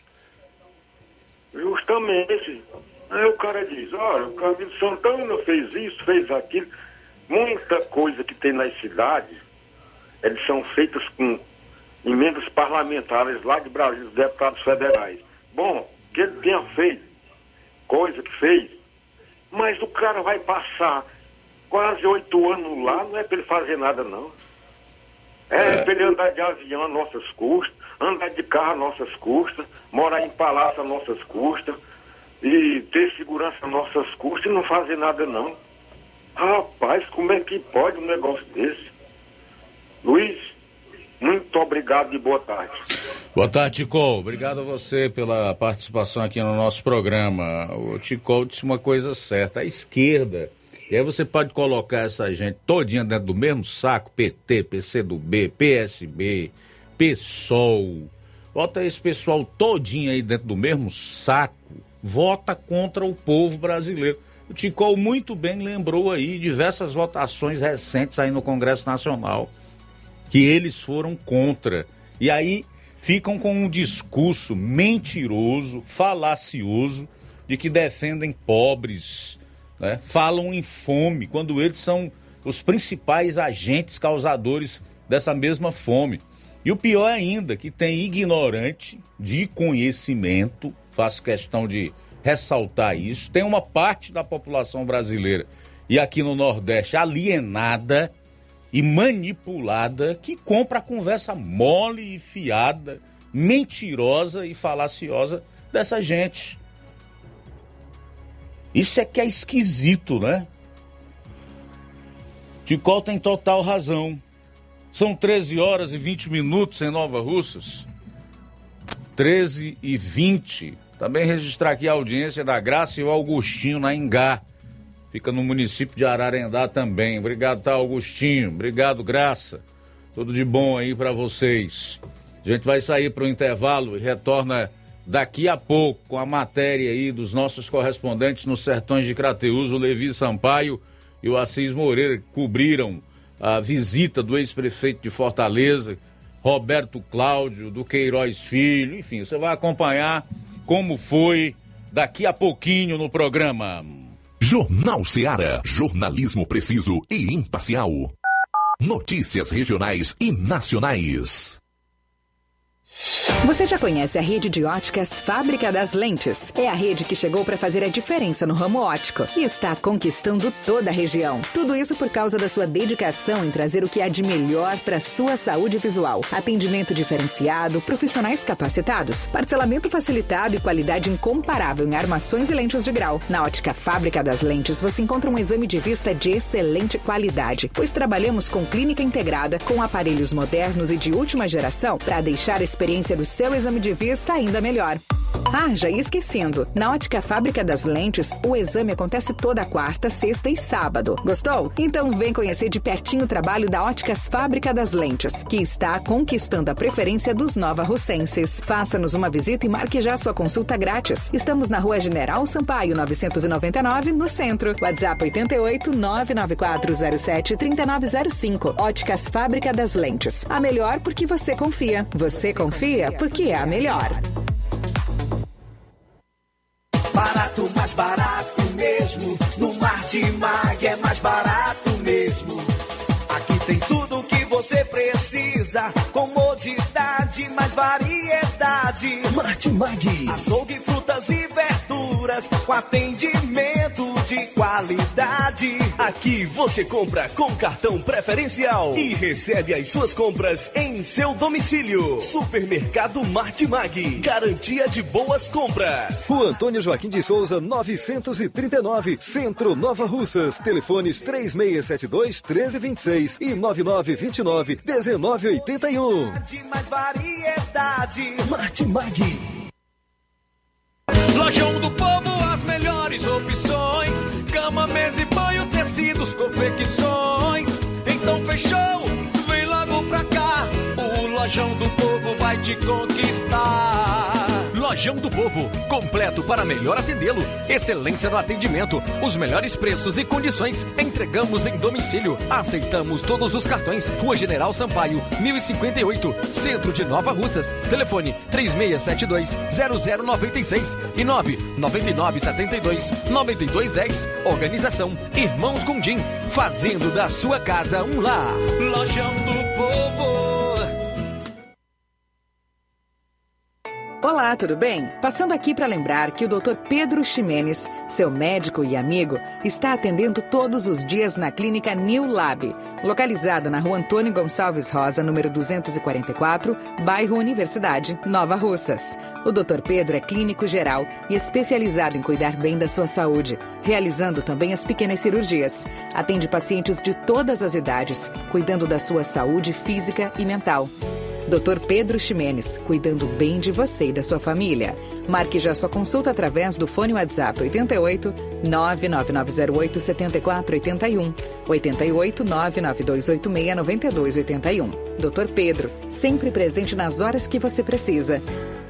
Justamente. Aí o cara diz, olha, o Camilo Santana fez isso, fez aquilo. Muita coisa que tem nas cidades, eles são feitas com emendas parlamentares lá de Brasília, dos deputados federais. Bom, que ele tenha feito, coisa que fez, mas o cara vai passar quase oito anos lá, não é para ele fazer nada, não. É, é para ele andar de avião a nossas custas, andar de carro a nossas custas, morar em palácio a nossas custas, e ter segurança a nossas custas e não fazer nada, não. Rapaz, como é que pode um negócio desse? Luiz, muito obrigado e boa tarde. Boa tarde, Ticol. Obrigado a você pela participação aqui no nosso programa. O Ticol disse uma coisa certa. A esquerda, E aí você pode colocar essa gente todinha dentro do mesmo saco, P T, P C do B, P S B, PSOL. Bota esse pessoal todinho aí dentro do mesmo saco, vota contra o povo brasileiro. O Ticol muito bem lembrou aí diversas votações recentes aí no Congresso Nacional, que eles foram contra. E aí ficam com um discurso mentiroso, falacioso, de que defendem pobres, né? Falam em fome, quando eles são os principais agentes causadores dessa mesma fome. E o pior ainda, que tem ignorante de conhecimento, faço questão de ressaltar isso, tem uma parte da população brasileira, e aqui no Nordeste, alienada e manipulada, que compra a conversa mole e fiada, mentirosa e falaciosa dessa gente. Isso é que é esquisito, né? Ticol tem total razão. São treze horas e vinte minutos em Nova Russas. treze e vinte. Também registrar aqui a audiência da Graça e o Augustinho na Ingá. Fica no município de Ararendá também. Obrigado, tá, Augustinho? Obrigado, Graça. Tudo de bom aí pra vocês. A gente vai sair pro intervalo e retorna daqui a pouco com a matéria aí dos nossos correspondentes nos sertões de Crateús, o Levi Sampaio e o Assis Moreira, que cobriram a visita do ex-prefeito de Fortaleza, Roberto Cláudio, do Queiroz Filho. Enfim, você vai acompanhar como foi daqui a pouquinho no programa. Jornal Ceará, jornalismo preciso e imparcial. Notícias regionais e nacionais. Você já conhece a rede de óticas Fábrica das Lentes? É a rede que chegou para fazer a diferença no ramo óptico e está conquistando toda a região. Tudo isso por causa da sua dedicação em trazer o que há de melhor para a sua saúde visual. Atendimento diferenciado, profissionais capacitados, parcelamento facilitado e qualidade incomparável em armações e lentes de grau. Na ótica Fábrica das Lentes você encontra um exame de vista de excelente qualidade, pois trabalhamos com clínica integrada, com aparelhos modernos e de última geração para deixar a experiência do seu exame de vista ainda melhor. Ah, já ia esquecendo. Na ótica Fábrica das Lentes, o exame acontece toda quarta, sexta e sábado. Gostou? Então vem conhecer de pertinho o trabalho da Óticas Fábrica das Lentes, que está conquistando a preferência dos nova-russenses. Faça-nos uma visita e marque já sua consulta grátis. Estamos na Rua General Sampaio, novecentos e noventa e nove, no centro. WhatsApp oito oito, nove nove quatro zero sete, três nove zero cinco. Óticas Fábrica das Lentes. A melhor porque você confia. Você confia porque é a melhor. Barato, mais barato mesmo. No Martimag é mais barato mesmo. Aqui tem tudo o que você precisa. Comodidade, mais variedade. Martimag. Açougue, frutas e verduras com atendimento de qualidade. Aqui você compra com cartão preferencial e recebe as suas compras em seu domicílio. Supermercado Martimag. Garantia de boas compras. Rua Antônio Joaquim de Souza, novecentos e trinta e nove, Centro, Nova Russas. Telefones três seis sete dois, um três dois seis e nove nove dois nove, um nove oito um. Mais variedade. Martimag. Lojão do Povo, as melhores opções: cama, mesa e banho, tecidos, confecções. Então fechou, vem logo pra cá. O Lojão do Povo vai te conquistar. Lojão do Povo, completo para melhor atendê-lo. Excelência no atendimento, os melhores preços e condições. Entregamos em domicílio. Aceitamos todos os cartões. Rua General Sampaio, mil e cinquenta e oito, Centro de Nova Russas. Telefone três seis sete dois, zero zero nove seis e nove nove nove sete dois, nove dois um zero. Organização Irmãos Gondim, fazendo da sua casa um lar. Lojão do Povo. Olá, tudo bem? Passando aqui para lembrar que o doutor Pedro Ximenes, seu médico e amigo, está atendendo todos os dias na clínica New Lab, localizada na Rua Antônio Gonçalves Rosa, número duzentos e quarenta e quatro, bairro Universidade, Nova Russas. O doutor Pedro é clínico geral e especializado em cuidar bem da sua saúde, realizando também as pequenas cirurgias. Atende pacientes de todas as idades, cuidando da sua saúde física e mental. doutor Pedro Ximenes, cuidando bem de você e da sua família. Marque já sua consulta através do fone WhatsApp oito oito, nove nove nove zero oito, sete quatro oito um, oito oito, nove nove dois oito seis, nove dois oito um. doutor Pedro, sempre presente nas horas que você precisa.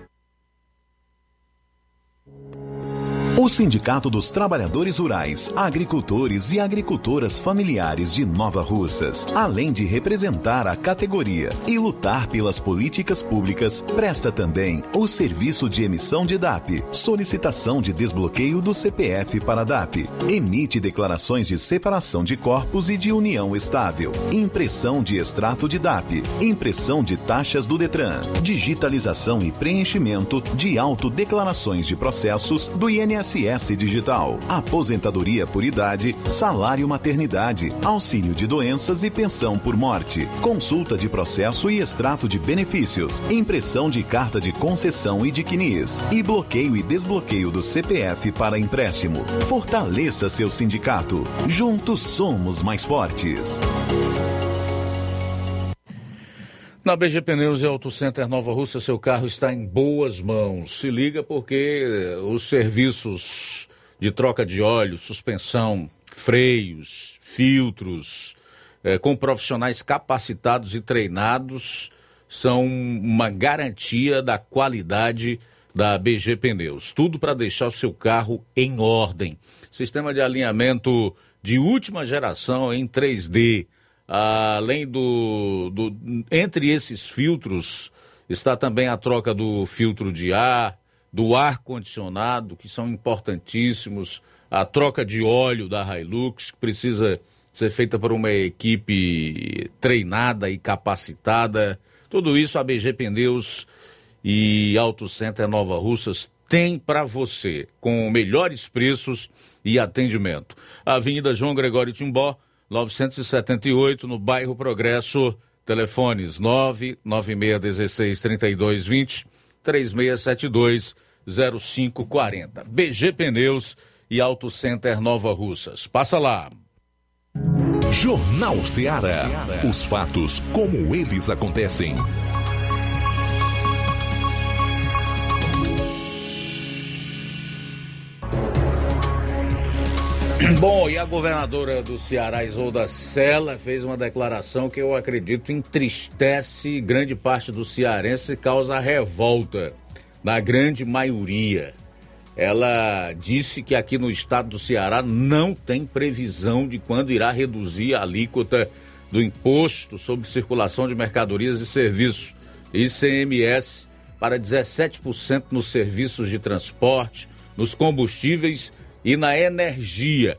O Sindicato dos Trabalhadores Rurais, Agricultores e Agricultoras Familiares de Nova Russas, além de representar a categoria e lutar pelas políticas públicas, presta também o serviço de emissão de D A P, solicitação de desbloqueio do C P F para D A P, emite declarações de separação de corpos e de união estável, impressão de extrato de D A P, impressão de taxas do Detran, digitalização e preenchimento de autodeclarações de processos do I N S S Digital, aposentadoria por idade, salário maternidade, auxílio de doenças e pensão por morte, consulta de processo e extrato de benefícios, impressão de carta de concessão e de C N I S, e bloqueio e desbloqueio do C P F para empréstimo. Fortaleça seu sindicato. Juntos somos mais fortes. Na B G Pneus e Auto Center Nova Russa, seu carro está em boas mãos. Se liga porque os serviços de troca de óleo, suspensão, freios, filtros, é, com profissionais capacitados e treinados, são uma garantia da qualidade da B G Pneus. Tudo para deixar o seu carro em ordem. Sistema de alinhamento de última geração em três D. Além do, do... Entre esses filtros, está também a troca do filtro de ar, do ar-condicionado, que são importantíssimos, a troca de óleo da Hilux, que precisa ser feita por uma equipe treinada e capacitada. Tudo isso a B G Pneus e Auto Center Nova Russas tem para você, com melhores preços e atendimento. Avenida João Gregório Timbó, novecentos e setenta e oito, no bairro Progresso. Telefones nove nove seis um seis, três dois dois zero, três seis sete dois, zero cinco quatro zero. B G Pneus e Auto Center Nova Russas. Passa lá. Jornal Ceará. Os fatos como eles acontecem. Bom, e a governadora do Ceará, Isolda Sela, fez uma declaração que eu acredito entristece grande parte do cearense e causa revolta na grande maioria. Ela disse que aqui no estado do Ceará não tem previsão de quando irá reduzir a alíquota do Imposto sobre Circulação de Mercadorias e Serviços, I C M S, para dezessete por cento nos serviços de transporte, nos combustíveis e na energia.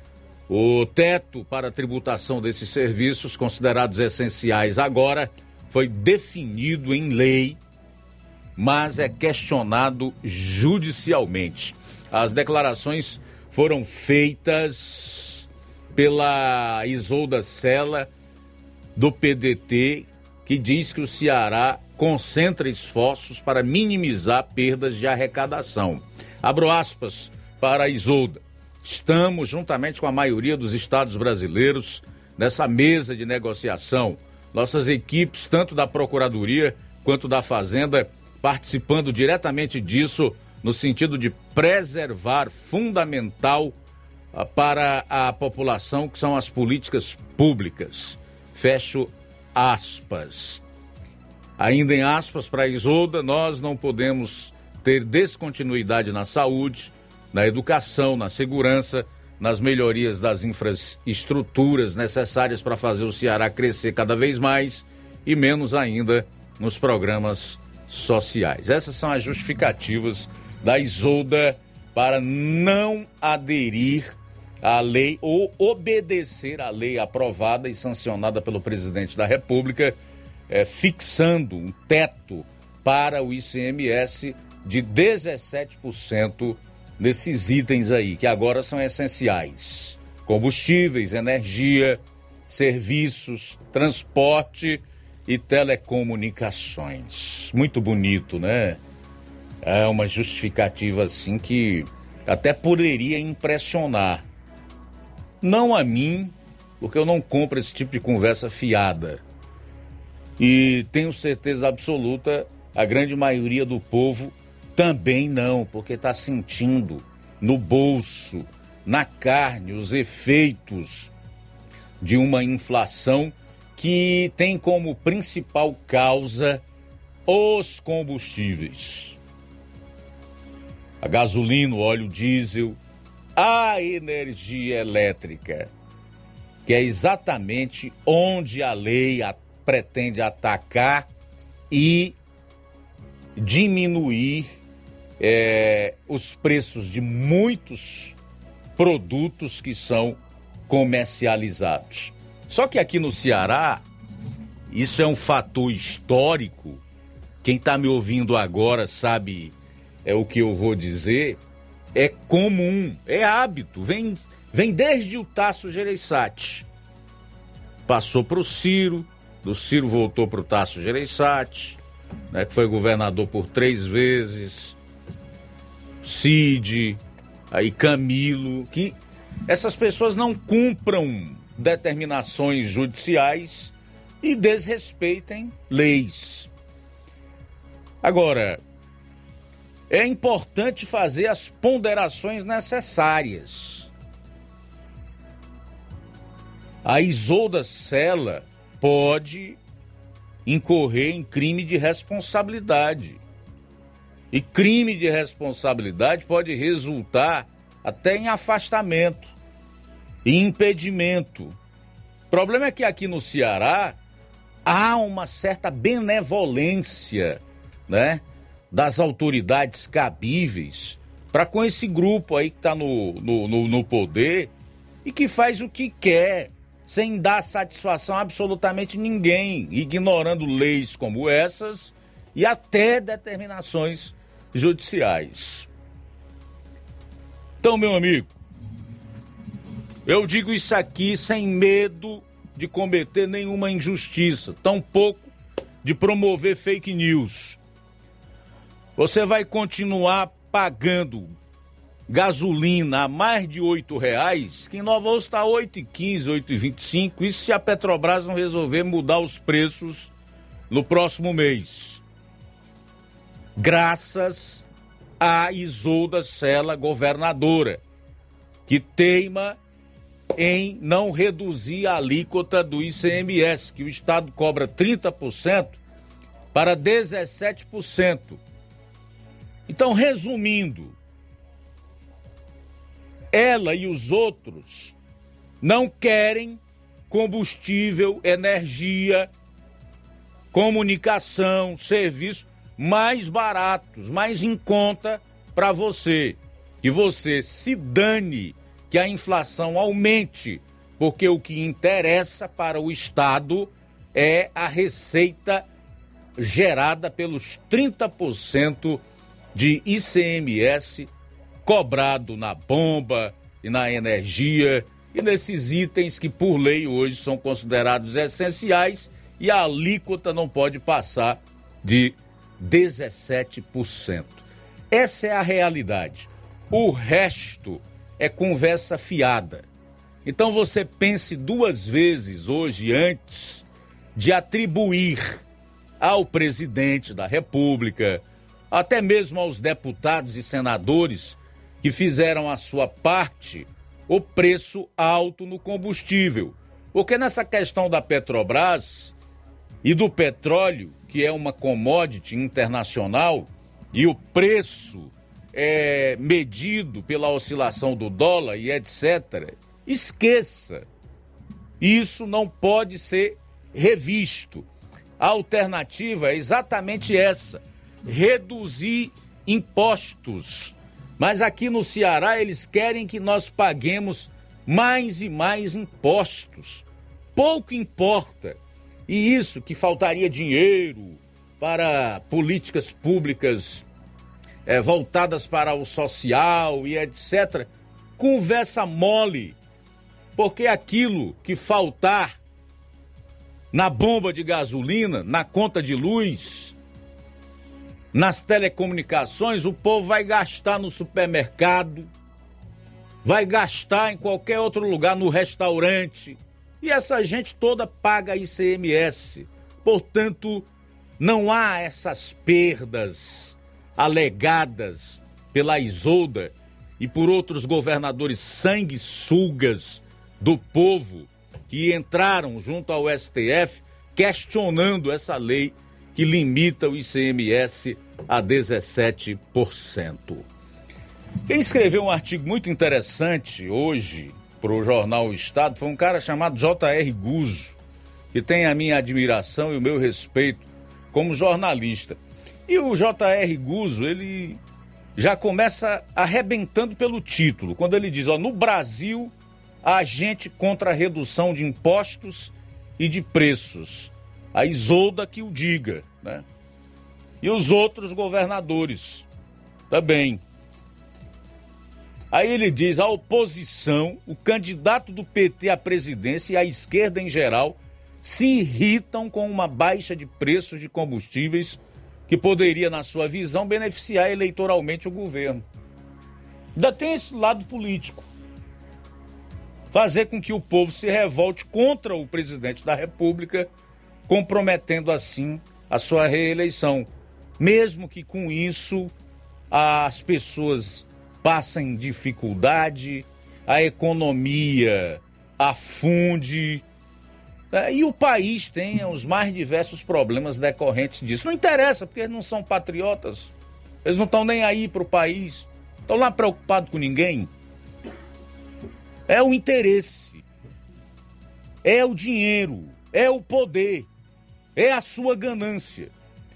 O teto para a tributação desses serviços, considerados essenciais agora, foi definido em lei, mas é questionado judicialmente. As declarações foram feitas pela Isolda Sela, do P D T, que diz que o Ceará concentra esforços para minimizar perdas de arrecadação. Abro aspas para a Isolda. Estamos, juntamente com a maioria dos estados brasileiros, nessa mesa de negociação. Nossas equipes, tanto da Procuradoria quanto da Fazenda, participando diretamente disso, no sentido de preservar fundamental uh, para a população, que são as políticas públicas. Fecho aspas. Ainda em aspas para a Isolda, nós não podemos ter descontinuidade na saúde, na educação, na segurança, nas melhorias das infraestruturas necessárias para fazer o Ceará crescer cada vez mais e menos ainda nos programas sociais. Essas são as justificativas da Isolda para não aderir à lei ou obedecer à lei aprovada e sancionada pelo presidente da República, é, fixando um teto para o I C M S de dezessete por cento nesses itens aí, que agora são essenciais: combustíveis, energia, serviços, transporte e telecomunicações. Muito bonito, né? É uma justificativa assim que até poderia impressionar. Não a mim, porque eu não compro esse tipo de conversa fiada. E tenho certeza absoluta, a grande maioria do povo também não, porque está sentindo no bolso, na carne, os efeitos de uma inflação que tem como principal causa os combustíveis. A gasolina, o óleo diesel, a energia elétrica, que é exatamente onde a lei a, pretende atacar e diminuir é, os preços de muitos produtos que são comercializados. Só que aqui no Ceará, isso é um fator histórico. Quem está me ouvindo agora sabe é o que eu vou dizer. É comum, é hábito, vem, vem desde o Tasso Gereissati. Passou para o Ciro, do Ciro voltou para o Tasso Gereissati, né, que foi governador por três vezes, Cid, aí Camilo, que essas pessoas não cumpram determinações judiciais e desrespeitem leis. Agora, é importante fazer as ponderações necessárias. A Isolda Sela pode incorrer em crime de responsabilidade. E crime de responsabilidade pode resultar até em afastamento e impedimento. O problema é que aqui no Ceará há uma certa benevolência, né, das autoridades cabíveis para com esse grupo aí que está no, no, no, no poder e que faz o que quer, sem dar satisfação a absolutamente ninguém, ignorando leis como essas e até determinações judiciais. Então, meu amigo, eu digo isso aqui sem medo de cometer nenhuma injustiça, tampouco de promover fake news. Você vai continuar pagando gasolina a mais de oito reais, que em Nova Rússia está oito e quinze, oito e vinte e cinco, isso se a Petrobras não resolver mudar os preços no próximo mês. Graças a Isolda Sela, governadora, que teima em não reduzir a alíquota do I C M S, que o Estado cobra trinta por cento para dezessete por cento. Então, resumindo, ela e os outros não querem combustível, energia, comunicação, serviço mais baratos, mais em conta para você. Que você se dane, que a inflação aumente, porque o que interessa para o Estado é a receita gerada pelos trinta por cento de I C M S cobrado na bomba e na energia e nesses itens que por lei hoje são considerados essenciais e a alíquota não pode passar de dezessete por cento. Essa é a realidade. O resto é conversa fiada. Então você pense duas vezes hoje antes de atribuir ao presidente da República, até mesmo aos deputados e senadores que fizeram a sua parte, o preço alto no combustível. Porque nessa questão da Petrobras e do petróleo, que é uma commodity internacional, e o preço é medido pela oscilação do dólar e etcétera, esqueça. Isso não pode ser revisto. A alternativa é exatamente essa: reduzir impostos. Mas aqui no Ceará eles querem que nós paguemos mais e mais impostos. Pouco importa. E isso que faltaria dinheiro para políticas públicas é, voltadas para o social e etcétera. Conversa mole. Porque aquilo que faltar na bomba de gasolina, na conta de luz, nas telecomunicações, o povo vai gastar no supermercado, vai gastar em qualquer outro lugar, no restaurante. E essa gente toda paga I C M S, Portanto, não há essas perdas alegadas pela Isolda e por outros governadores sanguessugas do povo que entraram junto ao S T F questionando essa lei que limita o I C M S a dezessete por cento. Quem escreveu um artigo muito interessante hoje para o jornal O Estado foi um cara chamado J R Guzzo, que tem a minha admiração e o meu respeito como jornalista. E o J R Guzzo, ele já começa arrebentando pelo título, quando ele diz, ó, no Brasil, a gente contra a redução de impostos e de preços. A Isolda que o diga, né? E os outros governadores também. Aí ele diz, a oposição, o candidato do P T à presidência e a esquerda em geral se irritam com uma baixa de preços de combustíveis que poderia, na sua visão, beneficiar eleitoralmente o governo. Ainda tem esse lado político. Fazer com que o povo se revolte contra o presidente da República, comprometendo assim a sua reeleição. Mesmo que com isso as pessoas passem dificuldade, a economia afunde, né? E o país tenha os mais diversos problemas decorrentes disso. Não interessa, porque eles não são patriotas, eles não estão nem aí para o país, estão lá preocupados com ninguém. É o interesse, é o dinheiro, é o poder, é a sua ganância.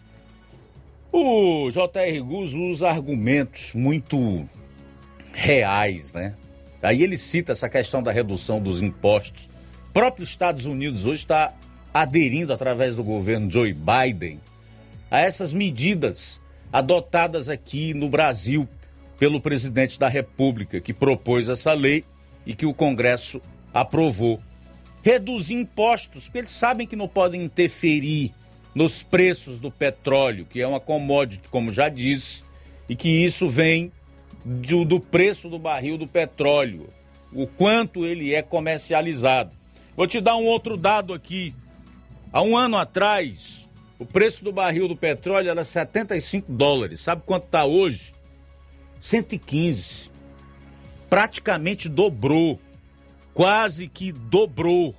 O J R Guzzo usa argumentos muito reais, né? Aí ele cita essa questão da redução dos impostos. O próprio Estados Unidos hoje está aderindo, através do governo Joe Biden, a essas medidas adotadas aqui no Brasil pelo presidente da República, que propôs essa lei e que o Congresso aprovou. Reduzir impostos, porque eles sabem que não podem interferir nos preços do petróleo, que é uma commodity, como já disse, e que isso vem do, do preço do barril do petróleo, o quanto ele é comercializado. Vou te dar um outro dado aqui. Há um ano atrás, o preço do barril do petróleo era setenta e cinco dólares. Sabe quanto está hoje? cento e quinze. Praticamente dobrou. Quase que dobrou.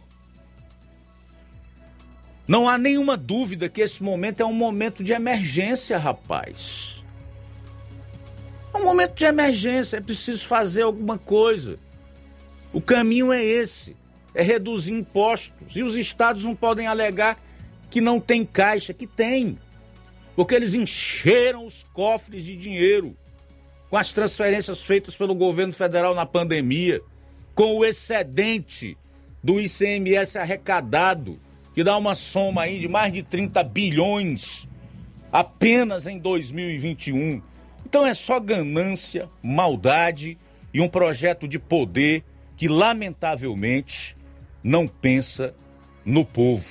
Não há nenhuma dúvida que esse momento é um momento de emergência, rapaz. É um momento de emergência, é preciso fazer alguma coisa. O caminho é esse, é reduzir impostos. E os estados não podem alegar que não tem caixa, que tem. Porque eles encheram os cofres de dinheiro com as transferências feitas pelo governo federal na pandemia, com o excedente do I C M S arrecadado, que dá uma soma aí de mais de trinta bilhões apenas em dois mil e vinte e um. Então é só ganância, maldade e um projeto de poder que, lamentavelmente, não pensa no povo.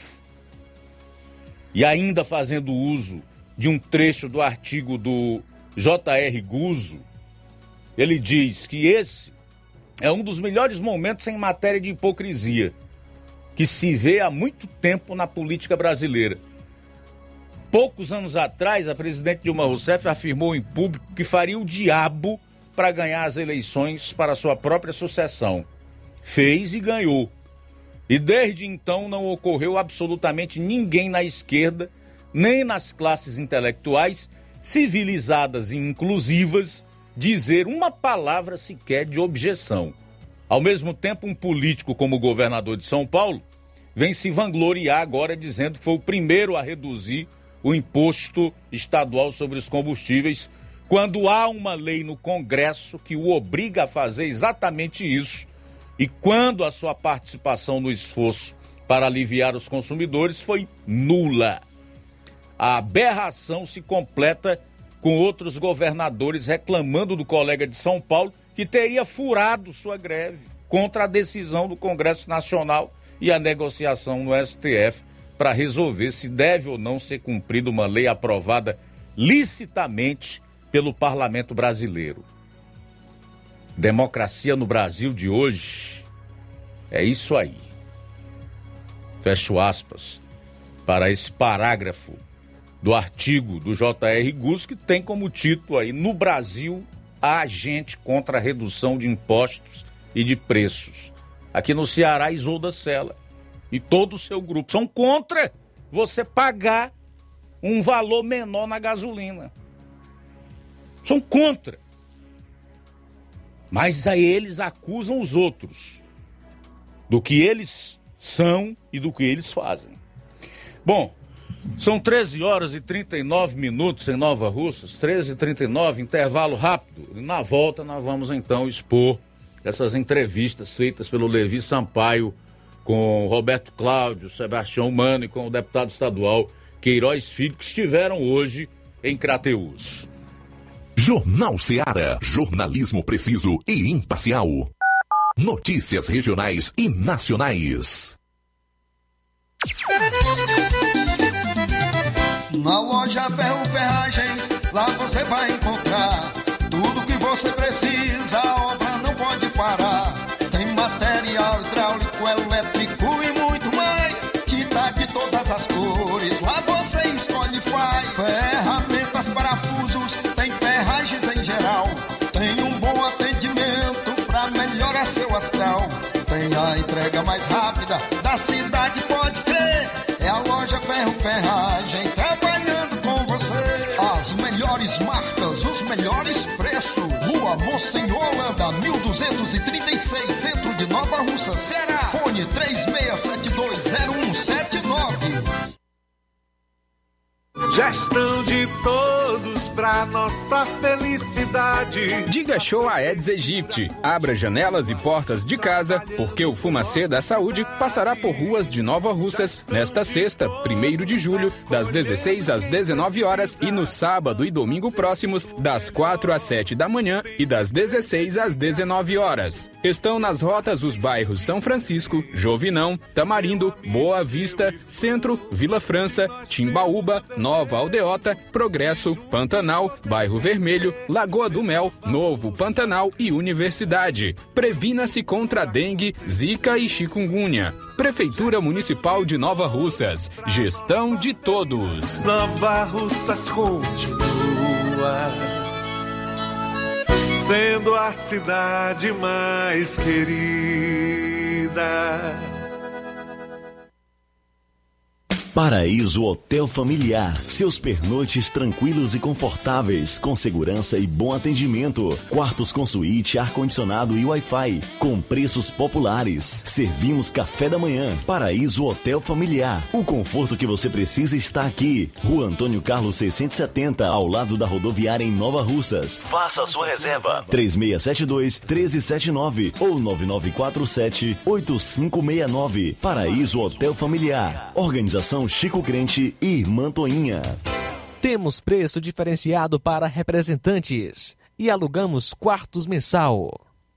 E ainda fazendo uso de um trecho do artigo do J R Guzzo, ele diz que esse é um dos melhores momentos em matéria de hipocrisia que se vê há muito tempo na política brasileira. Poucos anos atrás, a presidente Dilma Rousseff afirmou em público que faria o diabo para ganhar as eleições para sua própria sucessão. Fez e ganhou. E desde então não ocorreu absolutamente ninguém na esquerda, nem nas classes intelectuais, civilizadas e inclusivas, dizer uma palavra sequer de objeção. Ao mesmo tempo, um político como o governador de São Paulo vem se vangloriar agora dizendo que foi o primeiro a reduzir o imposto estadual sobre os combustíveis, quando há uma lei no Congresso que o obriga a fazer exatamente isso, e quando a sua participação no esforço para aliviar os consumidores foi nula. A aberração se completa com outros governadores reclamando do colega de São Paulo que teria furado sua greve contra a decisão do Congresso Nacional e a negociação no S T F para resolver se deve ou não ser cumprida uma lei aprovada licitamente pelo parlamento brasileiro. Democracia no Brasil de hoje é isso aí. Fecho aspas. para esse parágrafo do artigo do J R. Gus, que tem como título aí, no Brasil, a agente contra a redução de impostos e de preços. Aqui no Ceará, Isolda Sela e todo o seu grupo são contra você pagar um valor menor na gasolina. São contra. Mas aí eles acusam os outros do que eles são e do que eles fazem. Bom, são treze horas e trinta e nove minutos em Nova Russas, treze e trinta e nove, intervalo rápido. E na volta nós vamos então expor essas entrevistas feitas pelo Levi Sampaio com Roberto Cláudio, Sebastião Mano e com o deputado estadual Queiroz Filho, que estiveram hoje em Crateús. Jornal Ceará, jornalismo preciso e imparcial. Notícias regionais e nacionais. Na loja Ferro Ferragens, lá você vai encontrar tudo que você precisa, a obra não pode parar. Tem material hidráulico, elétrico e muito mais, tinta de todas as cores, lá você escolhe e faz. Ferramentas, parafusos, tem ferragens em geral, tem um bom atendimento pra melhorar seu astral. Tem a entrega mais rápida da cidade, pode crer, é a loja Ferro Ferragem trabalhando com você. As melhores marcas, os melhores preços. Rua Monsenhor Holanda, mil duzentos e trinta e seis, centro de Nova Russa, Ceará. Fone três seis sete dois zero um sete nove. Gestão de todos pra nossa felicidade. Diga show a Eds Egypte. Abra janelas e portas de casa, porque o Fumacê da Saúde passará por ruas de Nova Russas nesta sexta, primeiro de julho, das dezesseis às dezenove horas e no sábado e domingo próximos, das quatro às sete da manhã e das dezesseis às dezenove horas. Estão nas rotas os bairros São Francisco, Jovinão, Tamarindo, Boa Vista, Centro, Vila França, Timbaúba, Nova Aldeota, Progresso, Pantanal, Bairro Vermelho, Lagoa do Mel, Novo Pantanal e Universidade. Previna-se contra a dengue, zika e chikungunya. Prefeitura Municipal de Nova Russas. Gestão de todos. Nova Russas continua sendo a cidade mais querida. Paraíso Hotel Familiar. Seus pernoites tranquilos e confortáveis, com segurança e bom atendimento. Quartos com suíte, ar-condicionado e Wi-Fi, com preços populares. Servimos café da manhã. Paraíso Hotel Familiar. O conforto que você precisa está aqui. Rua Antônio Carlos seiscentos e setenta, ao lado da rodoviária em Nova Russas. Faça a sua reserva. três seis sete dois, um três sete nove ou nove nove quatro sete, oito cinco seis nove. Paraíso Hotel Familiar. Organização Chico Crente e Mantoinha. Temos preço diferenciado para representantes e alugamos quartos mensal.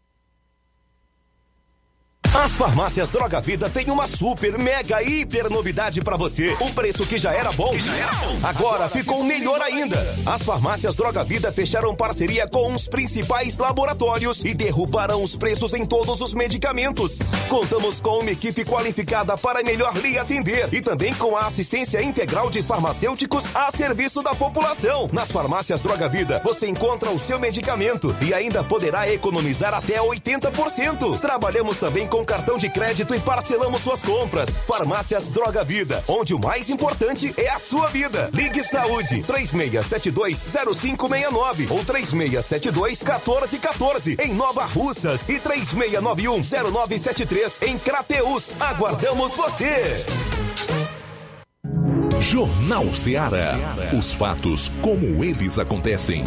As farmácias Droga Vida têm uma super, mega, hiper novidade pra você. Um preço que já era bom, já era bom. Agora ficou melhor ainda. As farmácias Droga Vida fecharam parceria com os principais laboratórios e derrubaram os preços em todos os medicamentos. Contamos com uma equipe qualificada para melhor lhe atender e também com a assistência integral de farmacêuticos a serviço da população. Nas farmácias Droga Vida, você encontra o seu medicamento e ainda poderá economizar até oitenta por cento. Trabalhamos também com cartão de crédito e parcelamos suas compras. Farmácias Droga Vida, onde o mais importante é a sua vida. Ligue Saúde três seis sete dois, zero cinco seis nove ou três seis sete dois, um quatro um quatro em Nova Russas e três seis nove um, zero nove sete três em Crateús. Aguardamos você. Jornal Ceará. Os fatos como eles acontecem.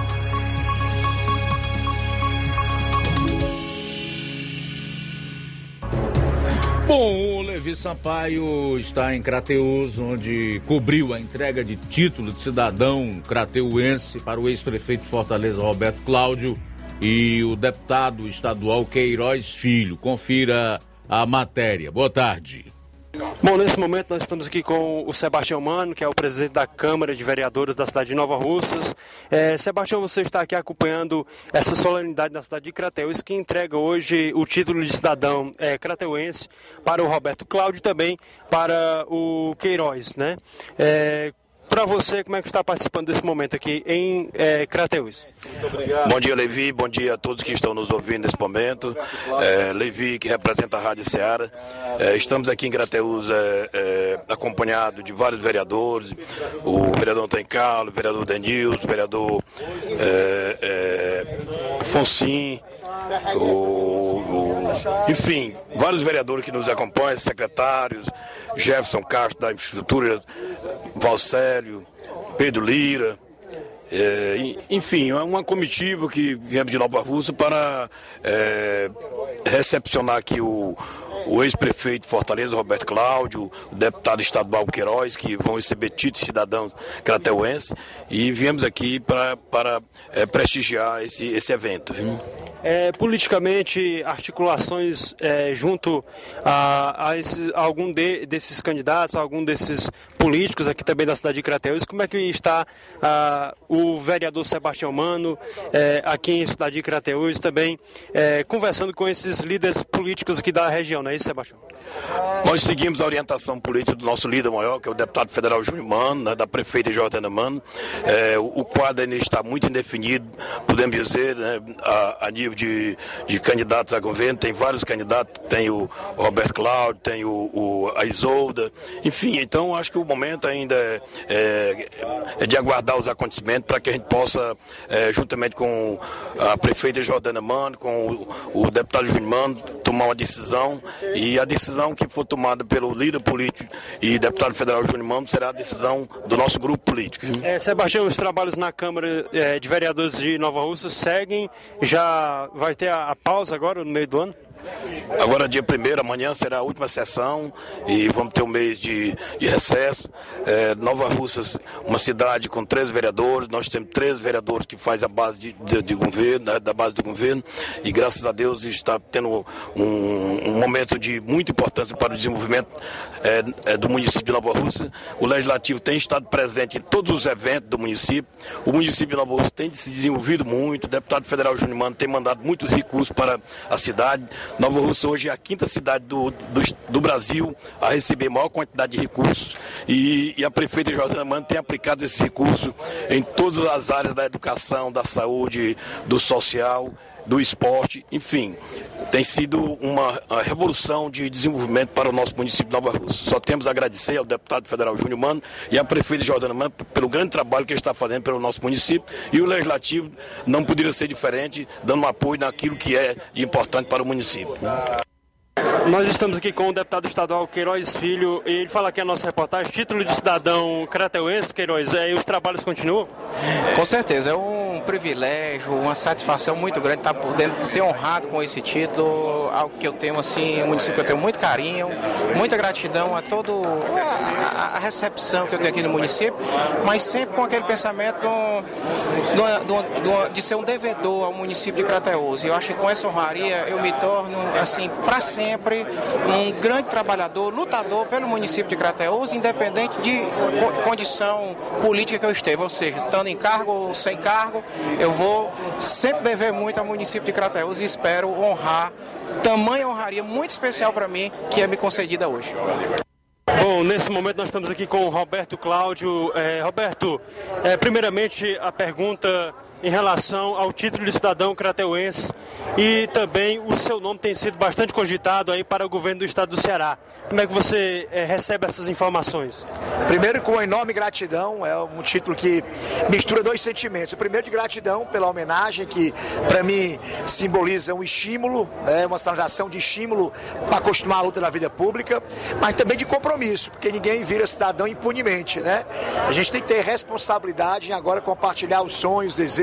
Bom, o Levi Sampaio está em Crateús, onde cobriu a entrega de título de cidadão crateuense para o ex-prefeito de Fortaleza, Roberto Cláudio, e o deputado estadual Queiroz Filho. Confira a matéria. Boa tarde. Bom, nesse momento nós estamos aqui com o Sebastião Mano, que é o presidente da Câmara de Vereadores da cidade de Nova Russas. É, Sebastião, você está aqui acompanhando essa solenidade na cidade de Crateús, que entrega hoje o título de cidadão é, crateuense para o Roberto Cláudio e também para o Queiroz, né? É, para você, como é que está participando desse momento aqui em é, Crateús? Bom dia, Levi. Bom dia a todos que estão nos ouvindo nesse momento. É, Levi, que representa a Rádio Ceará. É, estamos aqui em Crateús é, é, acompanhado de vários vereadores. O vereador Antônio Carlos, o vereador Denilson, o vereador é, é, Fonsim, o, o, enfim, vários vereadores que nos acompanham, secretários, Jefferson Castro da Infraestrutura, Valcélio, Pedro Lira, é, enfim, é uma comitiva que viemos de Nova Russa para é, recepcionar aqui o, o ex-prefeito de Fortaleza, Roberto Cláudio, o deputado estadual Queiroz, que vão receber títulos de cidadãos crateuenses, e viemos aqui para, para é, prestigiar esse, esse evento. Viu? É, politicamente, articulações é, junto a, a, esses, a algum de, desses candidatos, a algum desses políticos aqui também da cidade de Crateús, como é que está a, o vereador Sebastião Mano é, aqui em cidade de Crateús também é, conversando com esses líderes políticos aqui da região, não é isso, Sebastião? Nós seguimos a orientação política do nosso líder maior, que é o deputado federal Júnior Mano, né, da prefeita Jordana Mano. É, o, o quadro ainda está muito indefinido, podemos dizer, né, a, a nível De, de candidatos a governo. Tem vários candidatos, tem o Roberto Cláudio, tem o, o, a Isolda, enfim, então acho que o momento ainda é, é, é de aguardar os acontecimentos para que a gente possa, é, juntamente com a prefeita Jordana Mano, com o, o deputado Júnior Mano, tomar uma decisão, e a decisão que for tomada pelo líder político e deputado federal Júnior Mano será a decisão do nosso grupo político. É, Sebastião, os trabalhos na Câmara é, de Vereadores de Nova Russa seguem, já vai ter a, a pausa agora no meio do ano? Agora, dia primeiro, amanhã será a última sessão e vamos ter um mês de, de recesso. É, Nova Russas, uma cidade com treze vereadores, nós temos treze vereadores que faz a base de, de, de governo, da, da base do governo, e graças a Deus está tendo um, um momento de muita importância para o desenvolvimento é, é, do município de Nova Russa. O Legislativo tem estado presente em todos os eventos do município. O município de Nova Russa tem se desenvolvido muito, o deputado federal Júnior Mano tem mandado muitos recursos para a cidade. Nova Russa hoje é a quinta cidade do, do, do Brasil a receber maior quantidade de recursos, e, e a prefeita Jordana Mano tem aplicado esse recurso em todas as áreas da educação, da saúde, do social, do esporte, enfim, tem sido uma, uma revolução de desenvolvimento para o nosso município de Nova Russa. Só temos a agradecer ao deputado federal Júnior Mano e à prefeita Jordana Mano pelo grande trabalho que ele está fazendo pelo nosso município, e o Legislativo não poderia ser diferente, dando um apoio naquilo que é importante para o município. Nós estamos aqui com o deputado estadual Queiroz Filho, e ele fala aqui a nossa reportagem, título de cidadão crateuense, Queiroz, e os trabalhos continuam? Com certeza, é um privilégio, uma satisfação muito grande estar podendo ser honrado com esse título, algo que eu tenho assim, um município que eu tenho muito carinho, muita gratidão a toda a, a recepção que eu tenho aqui no município, mas sempre com aquele pensamento de, de, de ser um devedor ao município de Crateús. E eu acho que com essa honraria eu me torno, assim, para sempre um grande trabalhador, lutador pelo município de Crateús, independente de condição política que eu esteja, ou seja, estando em cargo ou sem cargo, eu vou sempre dever muito ao município de Crateús e espero honrar tamanha honraria muito especial para mim que é me concedida hoje. Bom, nesse momento nós estamos aqui com o Roberto Cláudio. É, Roberto, é, primeiramente a pergunta em relação ao título de cidadão crateuense, e também o seu nome tem sido bastante cogitado aí para o governo do estado do Ceará. Como é que você é, recebe essas informações? Primeiro, com enorme gratidão, é um título que mistura dois sentimentos. O primeiro de gratidão pela homenagem, que para mim simboliza um estímulo, né, uma sinalização de estímulo para continuar a luta na vida pública, mas também de compromisso, porque ninguém vira cidadão impunemente, né? A gente tem que ter responsabilidade em agora compartilhar os sonhos, desejos,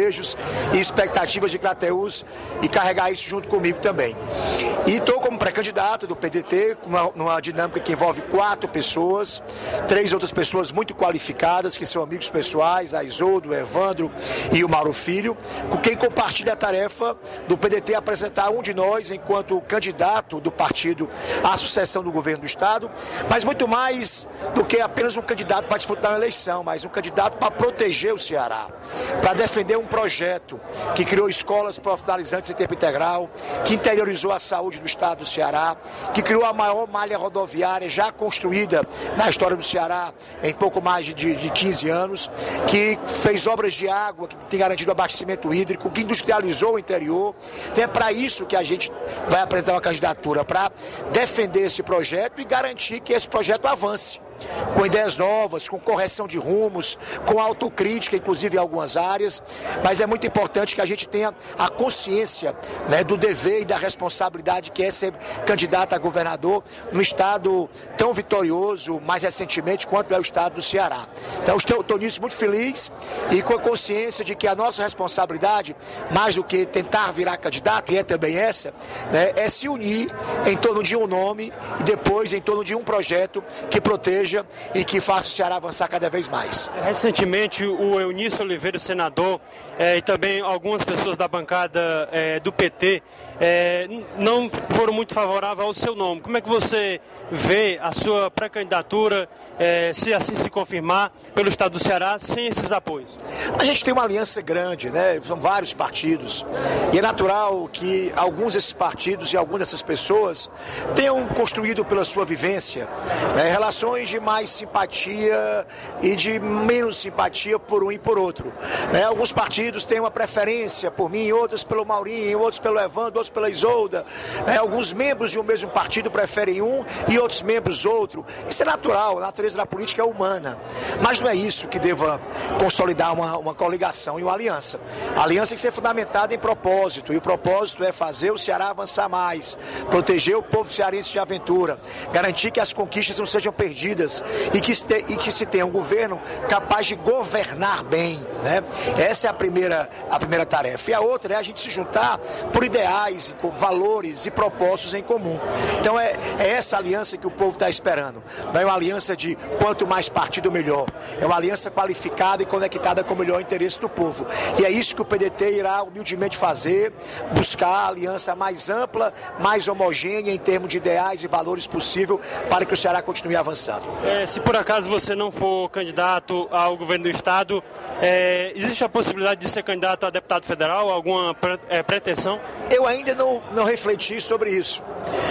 desejos e expectativas de Crateús e carregar isso junto comigo também. E estou como pré-candidato do P D T, numa, numa dinâmica que envolve quatro pessoas, três outras pessoas muito qualificadas, que são amigos pessoais, a Isoldo, o Evandro e o Mauro Filho, com quem compartilha a tarefa do P D T apresentar um de nós enquanto candidato do partido à sucessão do governo do Estado, mas muito mais do que apenas um candidato para disputar uma eleição, mas um candidato para proteger o Ceará, para defender um projeto que criou escolas profissionalizantes em tempo integral, que interiorizou a saúde do Estado do Ceará, que criou a maior malha rodoviária já construída na história do Ceará em pouco mais de, de quinze anos, que fez obras de água, que tem garantido abastecimento hídrico, que industrializou o interior. Então é para isso que a gente vai apresentar uma candidatura, para defender esse projeto e garantir que esse projeto avance, com ideias novas, com correção de rumos, com autocrítica, inclusive em algumas áreas, mas é muito importante que a gente tenha a consciência, né, do dever e da responsabilidade que é ser candidato a governador num estado tão vitorioso, mais recentemente, quanto é o estado do Ceará. Então estou nisso muito feliz e com a consciência de que a nossa responsabilidade, mais do que tentar virar candidato, e é também essa, né, é se unir em torno de um nome e depois em torno de um projeto que proteja e que faça o Ceará avançar cada vez mais. Recentemente, o Eunício Oliveira, senador, é, e também algumas pessoas da bancada é, do P T é, não foram muito favoráveis ao seu nome. Como é que você vê a sua pré-candidatura, é, se assim se confirmar, pelo Estado do Ceará, sem esses apoios? A gente tem uma aliança grande, né? São vários partidos, e é natural que alguns desses partidos e algumas dessas pessoas tenham construído pela sua vivência, né, relações de mais simpatia e de menos simpatia por um e por outro. Né? Alguns partidos têm uma preferência por mim, outros pelo Maurinho, outros pelo Evandro, outros pela Isolda. Né? Alguns membros de um mesmo partido preferem um e outros membros outro. Isso é natural, a natureza da política é humana. Mas não é isso que deva consolidar uma, uma coligação e uma aliança. A aliança tem que ser fundamentada em propósito, e o propósito é fazer o Ceará avançar mais, proteger o povo cearense de aventura, garantir que as conquistas não sejam perdidas e que, se, e que se tenha um governo capaz de governar bem, né? Essa é a primeira, a primeira tarefa. E a outra é a gente se juntar por ideais, valores e propósitos em comum. Então é, é essa aliança que o povo está esperando. Não é uma aliança de quanto mais partido melhor. É uma aliança qualificada e conectada com o melhor interesse do povo. E é isso que o P D T irá humildemente fazer, buscar a aliança mais ampla, mais homogênea em termos de ideais e valores possível para que o Ceará continue avançando. É, se por acaso você não for candidato ao governo do Estado, é, existe a possibilidade de ser candidato a deputado federal? Alguma pre, é, pretensão? Eu ainda não, não refleti sobre isso.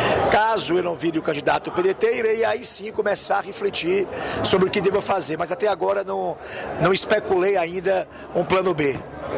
Caso eu não vire o candidato do P D T, irei aí sim começar a refletir sobre o que devo fazer, mas até agora não, não especulei ainda um plano B.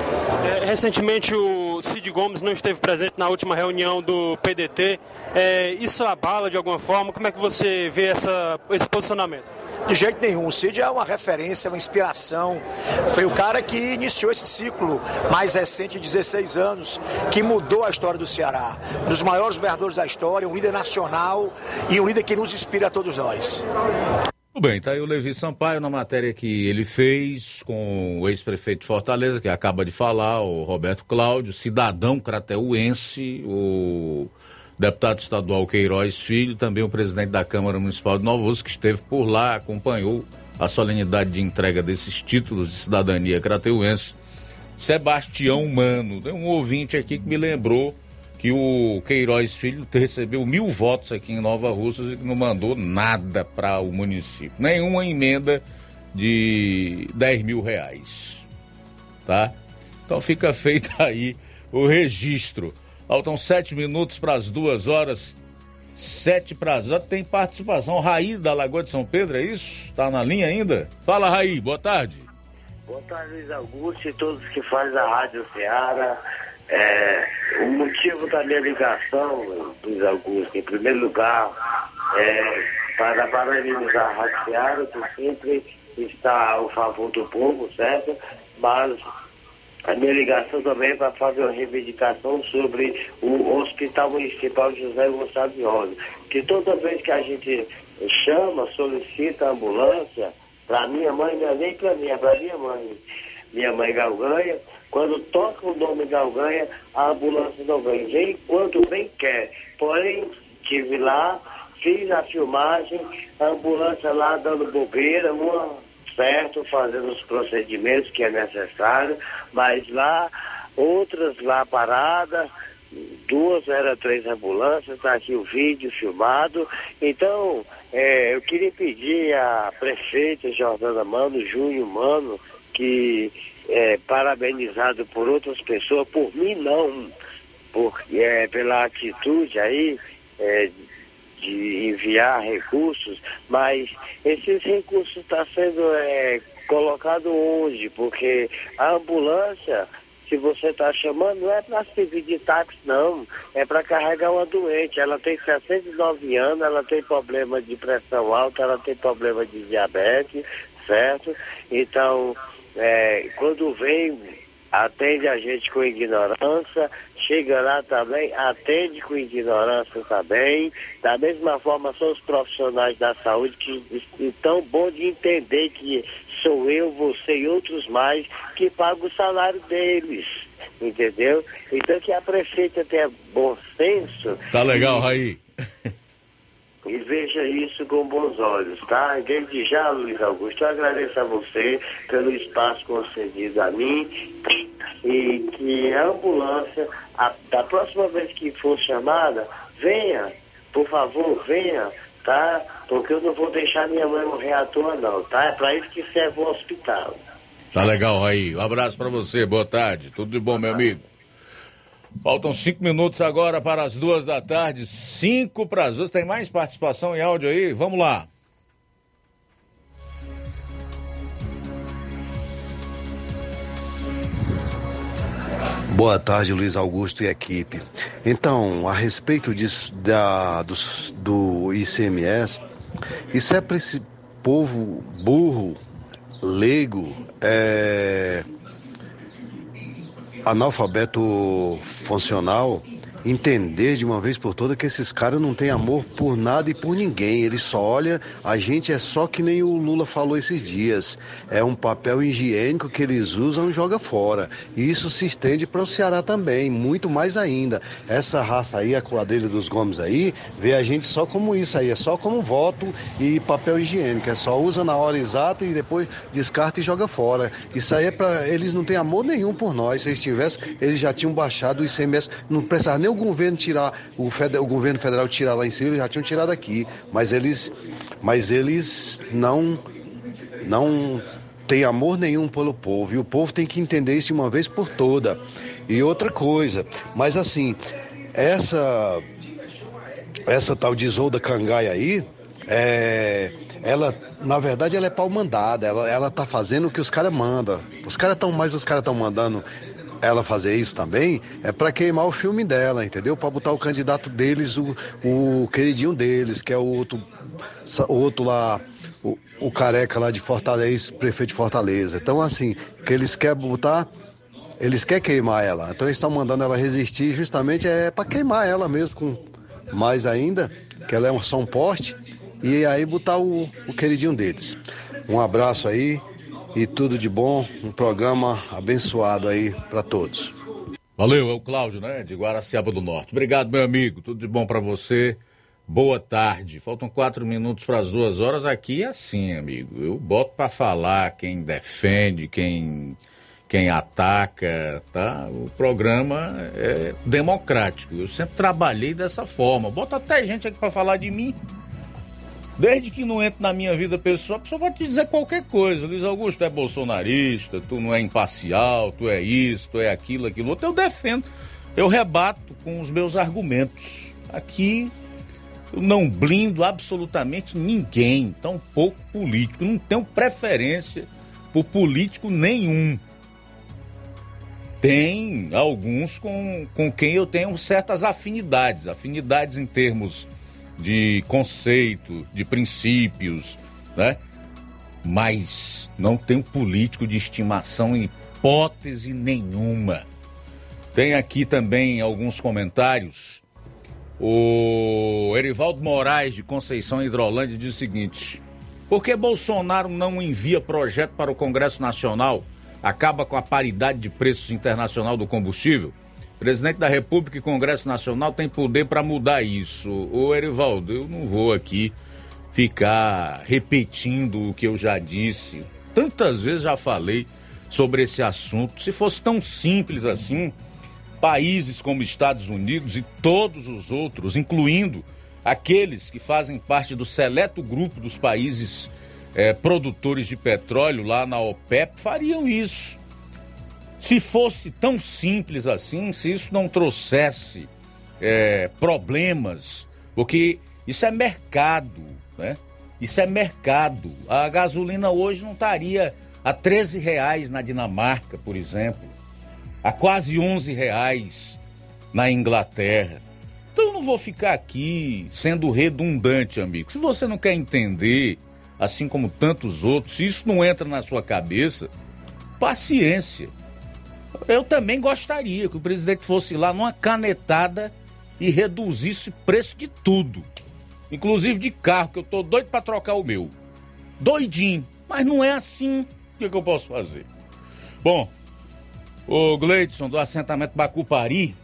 É, recentemente o Cid Gomes não esteve presente na última reunião do P D T. É, isso abala de alguma forma? Como é que você vê essa, esse posicionamento? De jeito nenhum. O Cid é uma referência, uma inspiração. Foi o cara que iniciou esse ciclo mais recente, de dezesseis anos, que mudou a história do Ceará. Um dos maiores governadores da história, um líder nacional e um líder que nos inspira a todos nós. Tudo bem, tá aí o Levi Sampaio na matéria que ele fez com o ex-prefeito de Fortaleza, que acaba de falar, o Roberto Cláudio, cidadão crateuense, o deputado estadual Queiroz Filho, também o presidente da Câmara Municipal de Nova Russas, que esteve por lá, acompanhou a solenidade de entrega desses títulos de cidadania crateuense. Sebastião Mano, tem um ouvinte aqui que me lembrou que o Queiroz Filho recebeu mil votos aqui em Nova Russas e não mandou nada para o município. Nenhuma emenda de dez mil reais. Tá? Então fica feito aí o registro. Faltam sete minutos para as duas horas. Sete para as duas. Tem participação. Raí da Lagoa de São Pedro, é isso? Tá na linha ainda? Fala, Raí. Boa tarde. Boa tarde, Luiz Augusto e todos que fazem a Rádio Ceará. É, o motivo da minha ligação, Luiz Augusto, em primeiro lugar, é para parabenizar a Rádio Ceará, que sempre está ao favor do povo, certo? Mas a minha ligação também é para fazer uma reivindicação sobre o Hospital Municipal José Gonçalves de Rosa, que toda vez que a gente chama, solicita a ambulância, para minha mãe, não é nem para mim, é para minha mãe. Minha mãe Galganha, Quando toca o nome de alguém, a ambulância não vem. Vem quando bem quer. Porém, estive lá, fiz a filmagem, a ambulância lá dando bobeira, uma certo, fazendo os procedimentos que é necessário, mas lá, outras lá paradas, duas, era três ambulâncias, está aqui o vídeo filmado. Então, é, eu queria pedir à prefeita Jordana Mano, Júnior Mano, que é parabenizado por outras pessoas, por mim não, porque é, pela atitude aí é, de enviar recursos, mas esses recursos estão sendo é, colocados onde? Porque a ambulância, se você está chamando, não é para servir de táxi, não. É para carregar uma doente. Ela tem sessenta e nove anos, ela tem problema de pressão alta, ela tem problema de diabetes, certo? Então, é, quando vem, atende a gente com ignorância, chega lá também, atende com ignorância também. Da mesma forma, são os profissionais da saúde que estão bom de entender que sou eu, você e outros mais que pagam o salário deles, entendeu? Então que a prefeita tenha bom senso. Tá legal, Raí. E veja isso com bons olhos, tá? Desde já, Luiz Augusto, eu agradeço a você pelo espaço concedido a mim e que a ambulância, a, da próxima vez que for chamada, venha, por favor, venha, tá? Porque eu não vou deixar minha mãe morrer à toa, não, tá? É pra isso que serve o hospital. Tá legal, Raí. Um abraço pra você, boa tarde. Tudo de bom, meu amigo. Faltam cinco minutos agora para as duas da tarde, cinco para as duas. Tem mais participação em áudio aí? Vamos lá. Boa tarde, Luiz Augusto e equipe. Então, a respeito disso, da, do, do I C M S, isso é para esse povo burro, leigo, é... analfabeto funcional, entender de uma vez por todas que esses caras não têm amor por nada e por ninguém. Eles só olham, a gente é só que nem o Lula falou esses dias. É um papel higiênico que eles usam e jogam fora. E isso se estende para o Ceará também, muito mais ainda. Essa raça aí, a quadrilha dos Gomes aí, vê a gente só como isso aí, é só como voto e papel higiênico. É só usa na hora exata e depois descarta e joga fora. Isso aí é para eles, não têm amor nenhum por nós. Se eles tivessem, eles já tinham baixado o I C M S, não precisava nem o governo tirar, o, fed, o governo federal tirar lá em cima, eles já tinham tirado aqui, mas eles, mas eles não, não têm amor nenhum pelo povo, e o povo tem que entender isso de uma vez por toda. E outra coisa, mas assim, essa, essa tal de Isolda Cangaia aí, é, ela, na verdade, ela é pau mandada, ela, ela tá fazendo o que os caras mandam, os caras estão mais, os caras estão mandando ela fazer isso também, é para queimar o filme dela, entendeu? Para botar o candidato deles, o, o queridinho deles, que é o outro, o outro lá, o, o careca lá de Fortaleza, prefeito de Fortaleza. Então, assim, que eles querem botar, eles querem queimar ela. Então, eles estão mandando ela resistir justamente é para queimar ela mesmo, com mais ainda, que ela é um som porte, e aí botar o, o queridinho deles. Um abraço aí. E tudo de bom, um programa abençoado aí para todos. Valeu, é o Cláudio, né, de Guaraciaba do Norte. Obrigado, meu amigo, tudo de bom para você. Boa tarde. Faltam quatro minutos para as duas horas. Aqui é assim, amigo. Eu boto para falar quem defende, quem, quem ataca, tá? O programa é democrático. Eu sempre trabalhei dessa forma. Bota até gente aqui para falar de mim. Desde que não entre na minha vida pessoal, a pessoa pode te dizer qualquer coisa. Luiz Augusto, tu é bolsonarista, tu não é imparcial, tu é isso, tu é aquilo, aquilo outro. Eu defendo, eu rebato com os meus argumentos. Aqui eu não blindo absolutamente ninguém, tão pouco político. Não tenho preferência por político nenhum. Tem alguns com, com quem eu tenho certas afinidades, afinidades em termos de conceito, de princípios, né? Mas não tem um político de estimação em hipótese nenhuma. Tem aqui também alguns comentários. O Erivaldo Moraes, de Conceição Hidrolândia, diz o seguinte: por que Bolsonaro não envia projeto para o Congresso Nacional acaba com a paridade de preços internacional do combustível. O presidente da República e Congresso Nacional tem poder para mudar isso. Ô Erivaldo, eu não vou aqui ficar repetindo o que eu já disse. Tantas vezes já falei sobre esse assunto. Se fosse tão simples assim, países como Estados Unidos e todos os outros, incluindo aqueles que fazem parte do seleto grupo dos países eh, produtores de petróleo lá na OPEP, fariam isso. Se fosse tão simples assim, se isso não trouxesse é, problemas, porque isso é mercado, né? Isso é mercado. A gasolina hoje não estaria a treze reais na Dinamarca, por exemplo, a quase onze reais na Inglaterra. Então eu não vou ficar aqui sendo redundante, amigo. Se você não quer entender, assim como tantos outros, se isso não entra na sua cabeça, paciência. Eu também gostaria que o presidente fosse lá numa canetada e reduzisse o preço de tudo. Inclusive de carro, que eu tô doido para trocar o meu. Doidinho. Mas não é assim. O que, que eu posso fazer? Bom, o Gleidson do assentamento Bacupari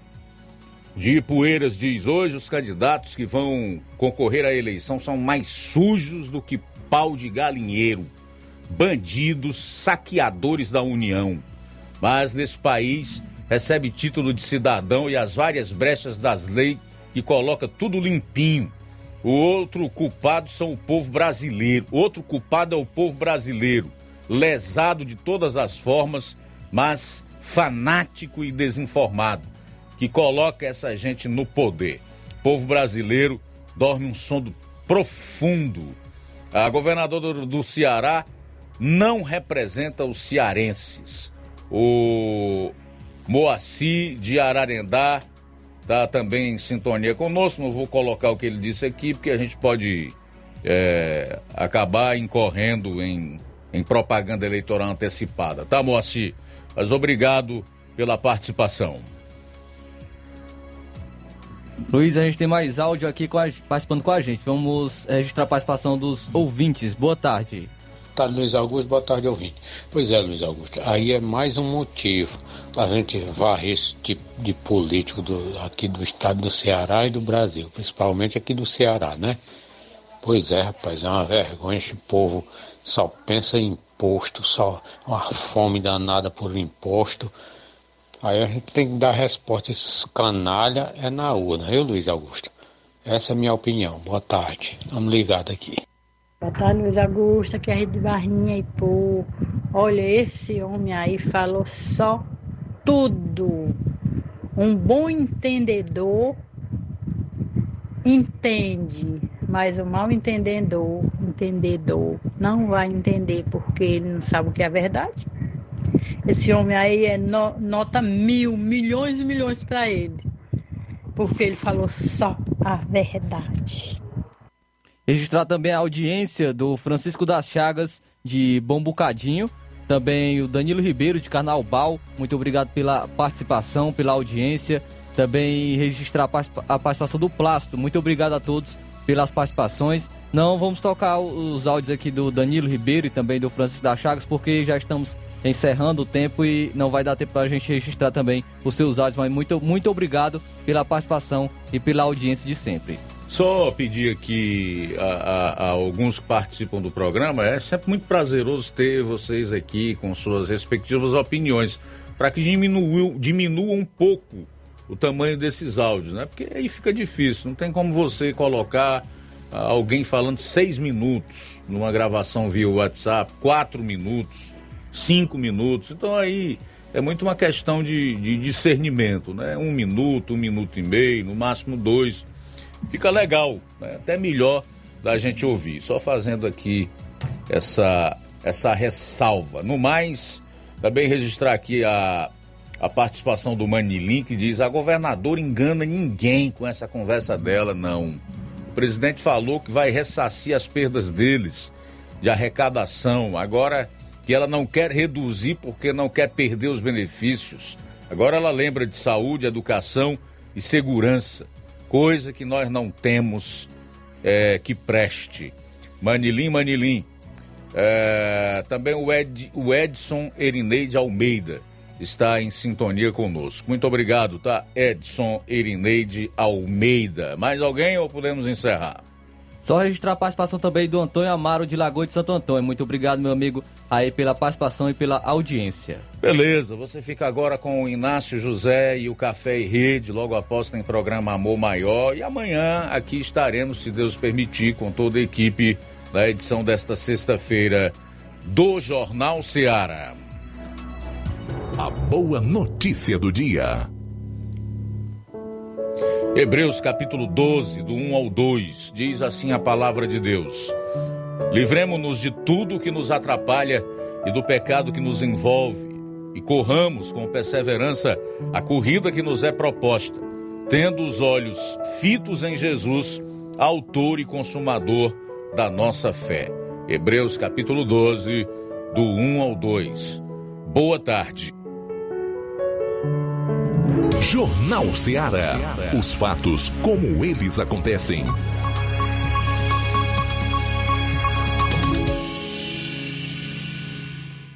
de Ipueiras diz: hoje os candidatos que vão concorrer à eleição são mais sujos do que pau de galinheiro. Bandidos, saqueadores da União. Mas nesse país recebe título de cidadão e as várias brechas das leis que coloca tudo limpinho. O outro culpado são o povo brasileiro. Outro culpado é o povo brasileiro, lesado de todas as formas, mas fanático e desinformado, que coloca essa gente no poder. O povo brasileiro dorme um sono profundo. A governadora do, do Ceará não representa os cearenses. O Moacir de Ararendá está também em sintonia conosco. Não vou colocar o que ele disse aqui, porque a gente pode é, acabar incorrendo em, em propaganda eleitoral antecipada. Tá, Moacir? Mas obrigado pela participação. Luiz, a gente tem mais áudio aqui com a, participando com a gente. Vamos registrar a participação dos ouvintes. Boa tarde. Boa tarde, Luiz Augusto. Boa tarde, ouvinte. Pois é, Luiz Augusto, aí é mais um motivo para a gente varrer esse tipo de político do, aqui do estado do Ceará e do Brasil, principalmente aqui do Ceará, né? Pois é, rapaz, é uma vergonha. Esse povo só pensa em imposto, só uma fome danada por imposto. Aí a gente tem que dar resposta. Esses canalha é na urna, eu, Luiz Augusto. Essa é a minha opinião. Boa tarde. Vamos ligados aqui. Boa tarde, Luiz Augusto, aqui é a Rede de Barrinha e pô. Olha, esse homem aí falou só tudo. Um bom entendedor entende, mas o mal entendedor, entendedor não vai entender porque ele não sabe o que é verdade. Esse homem aí é no, nota mil, milhões e milhões para ele, porque ele falou só a verdade. Registrar também a audiência do Francisco das Chagas, de Bom Bocadinho. Também o Danilo Ribeiro, de Carnaubal. Muito obrigado pela participação, pela audiência. Também registrar a participação do Plácido. Muito obrigado a todos pelas participações. Não vamos tocar os áudios aqui do Danilo Ribeiro e também do Francisco das Chagas, porque já estamos encerrando o tempo e não vai dar tempo para a gente registrar também os seus áudios. Mas muito, muito obrigado pela participação e pela audiência de sempre. Só pedir aqui a, a, a alguns que participam do programa, é sempre muito prazeroso ter vocês aqui com suas respectivas opiniões, para que diminua, diminua um pouco o tamanho desses áudios, né? Porque aí fica difícil, não tem como você colocar ah, alguém falando seis minutos numa gravação via WhatsApp, quatro minutos, cinco minutos, então aí é muito uma questão de, de discernimento, né? Um minuto, um minuto e meio, no máximo dois. Fica legal, né? Até melhor da gente ouvir. Só fazendo aqui essa, essa ressalva. No mais, também registrar aqui a, a participação do Manilim, que diz: a governadora engana ninguém com essa conversa dela, não. O presidente falou que vai ressarcir as perdas deles de arrecadação. Agora que ela não quer reduzir porque não quer perder os benefícios. Agora ela lembra de saúde, educação e segurança. Coisa que nós não temos é, que preste. Manilim, Manilim, É, também o, Ed, o Edson Erineide Almeida está em sintonia conosco. Muito obrigado, tá? Edson Erineide Almeida. Mais alguém ou podemos encerrar? Só registrar a participação também do Antônio Amaro de Lagoa de Santo Antônio. Muito obrigado, meu amigo, aí pela participação e pela audiência. Beleza, você fica agora com o Inácio José e o Café e Rede. Logo após tem programa Amor Maior. E amanhã aqui estaremos, se Deus permitir, com toda a equipe da edição desta sexta-feira do Jornal Ceará. A boa notícia do dia. Hebreus capítulo doze, do um ao dois, diz assim a palavra de Deus: livremo-nos de tudo que nos atrapalha e do pecado que nos envolve, e corramos com perseverança a corrida que nos é proposta, tendo os olhos fitos em Jesus, autor e consumador da nossa fé. Hebreus capítulo doze, do um ao dois. Boa tarde. Jornal Ceará. Os fatos como eles acontecem.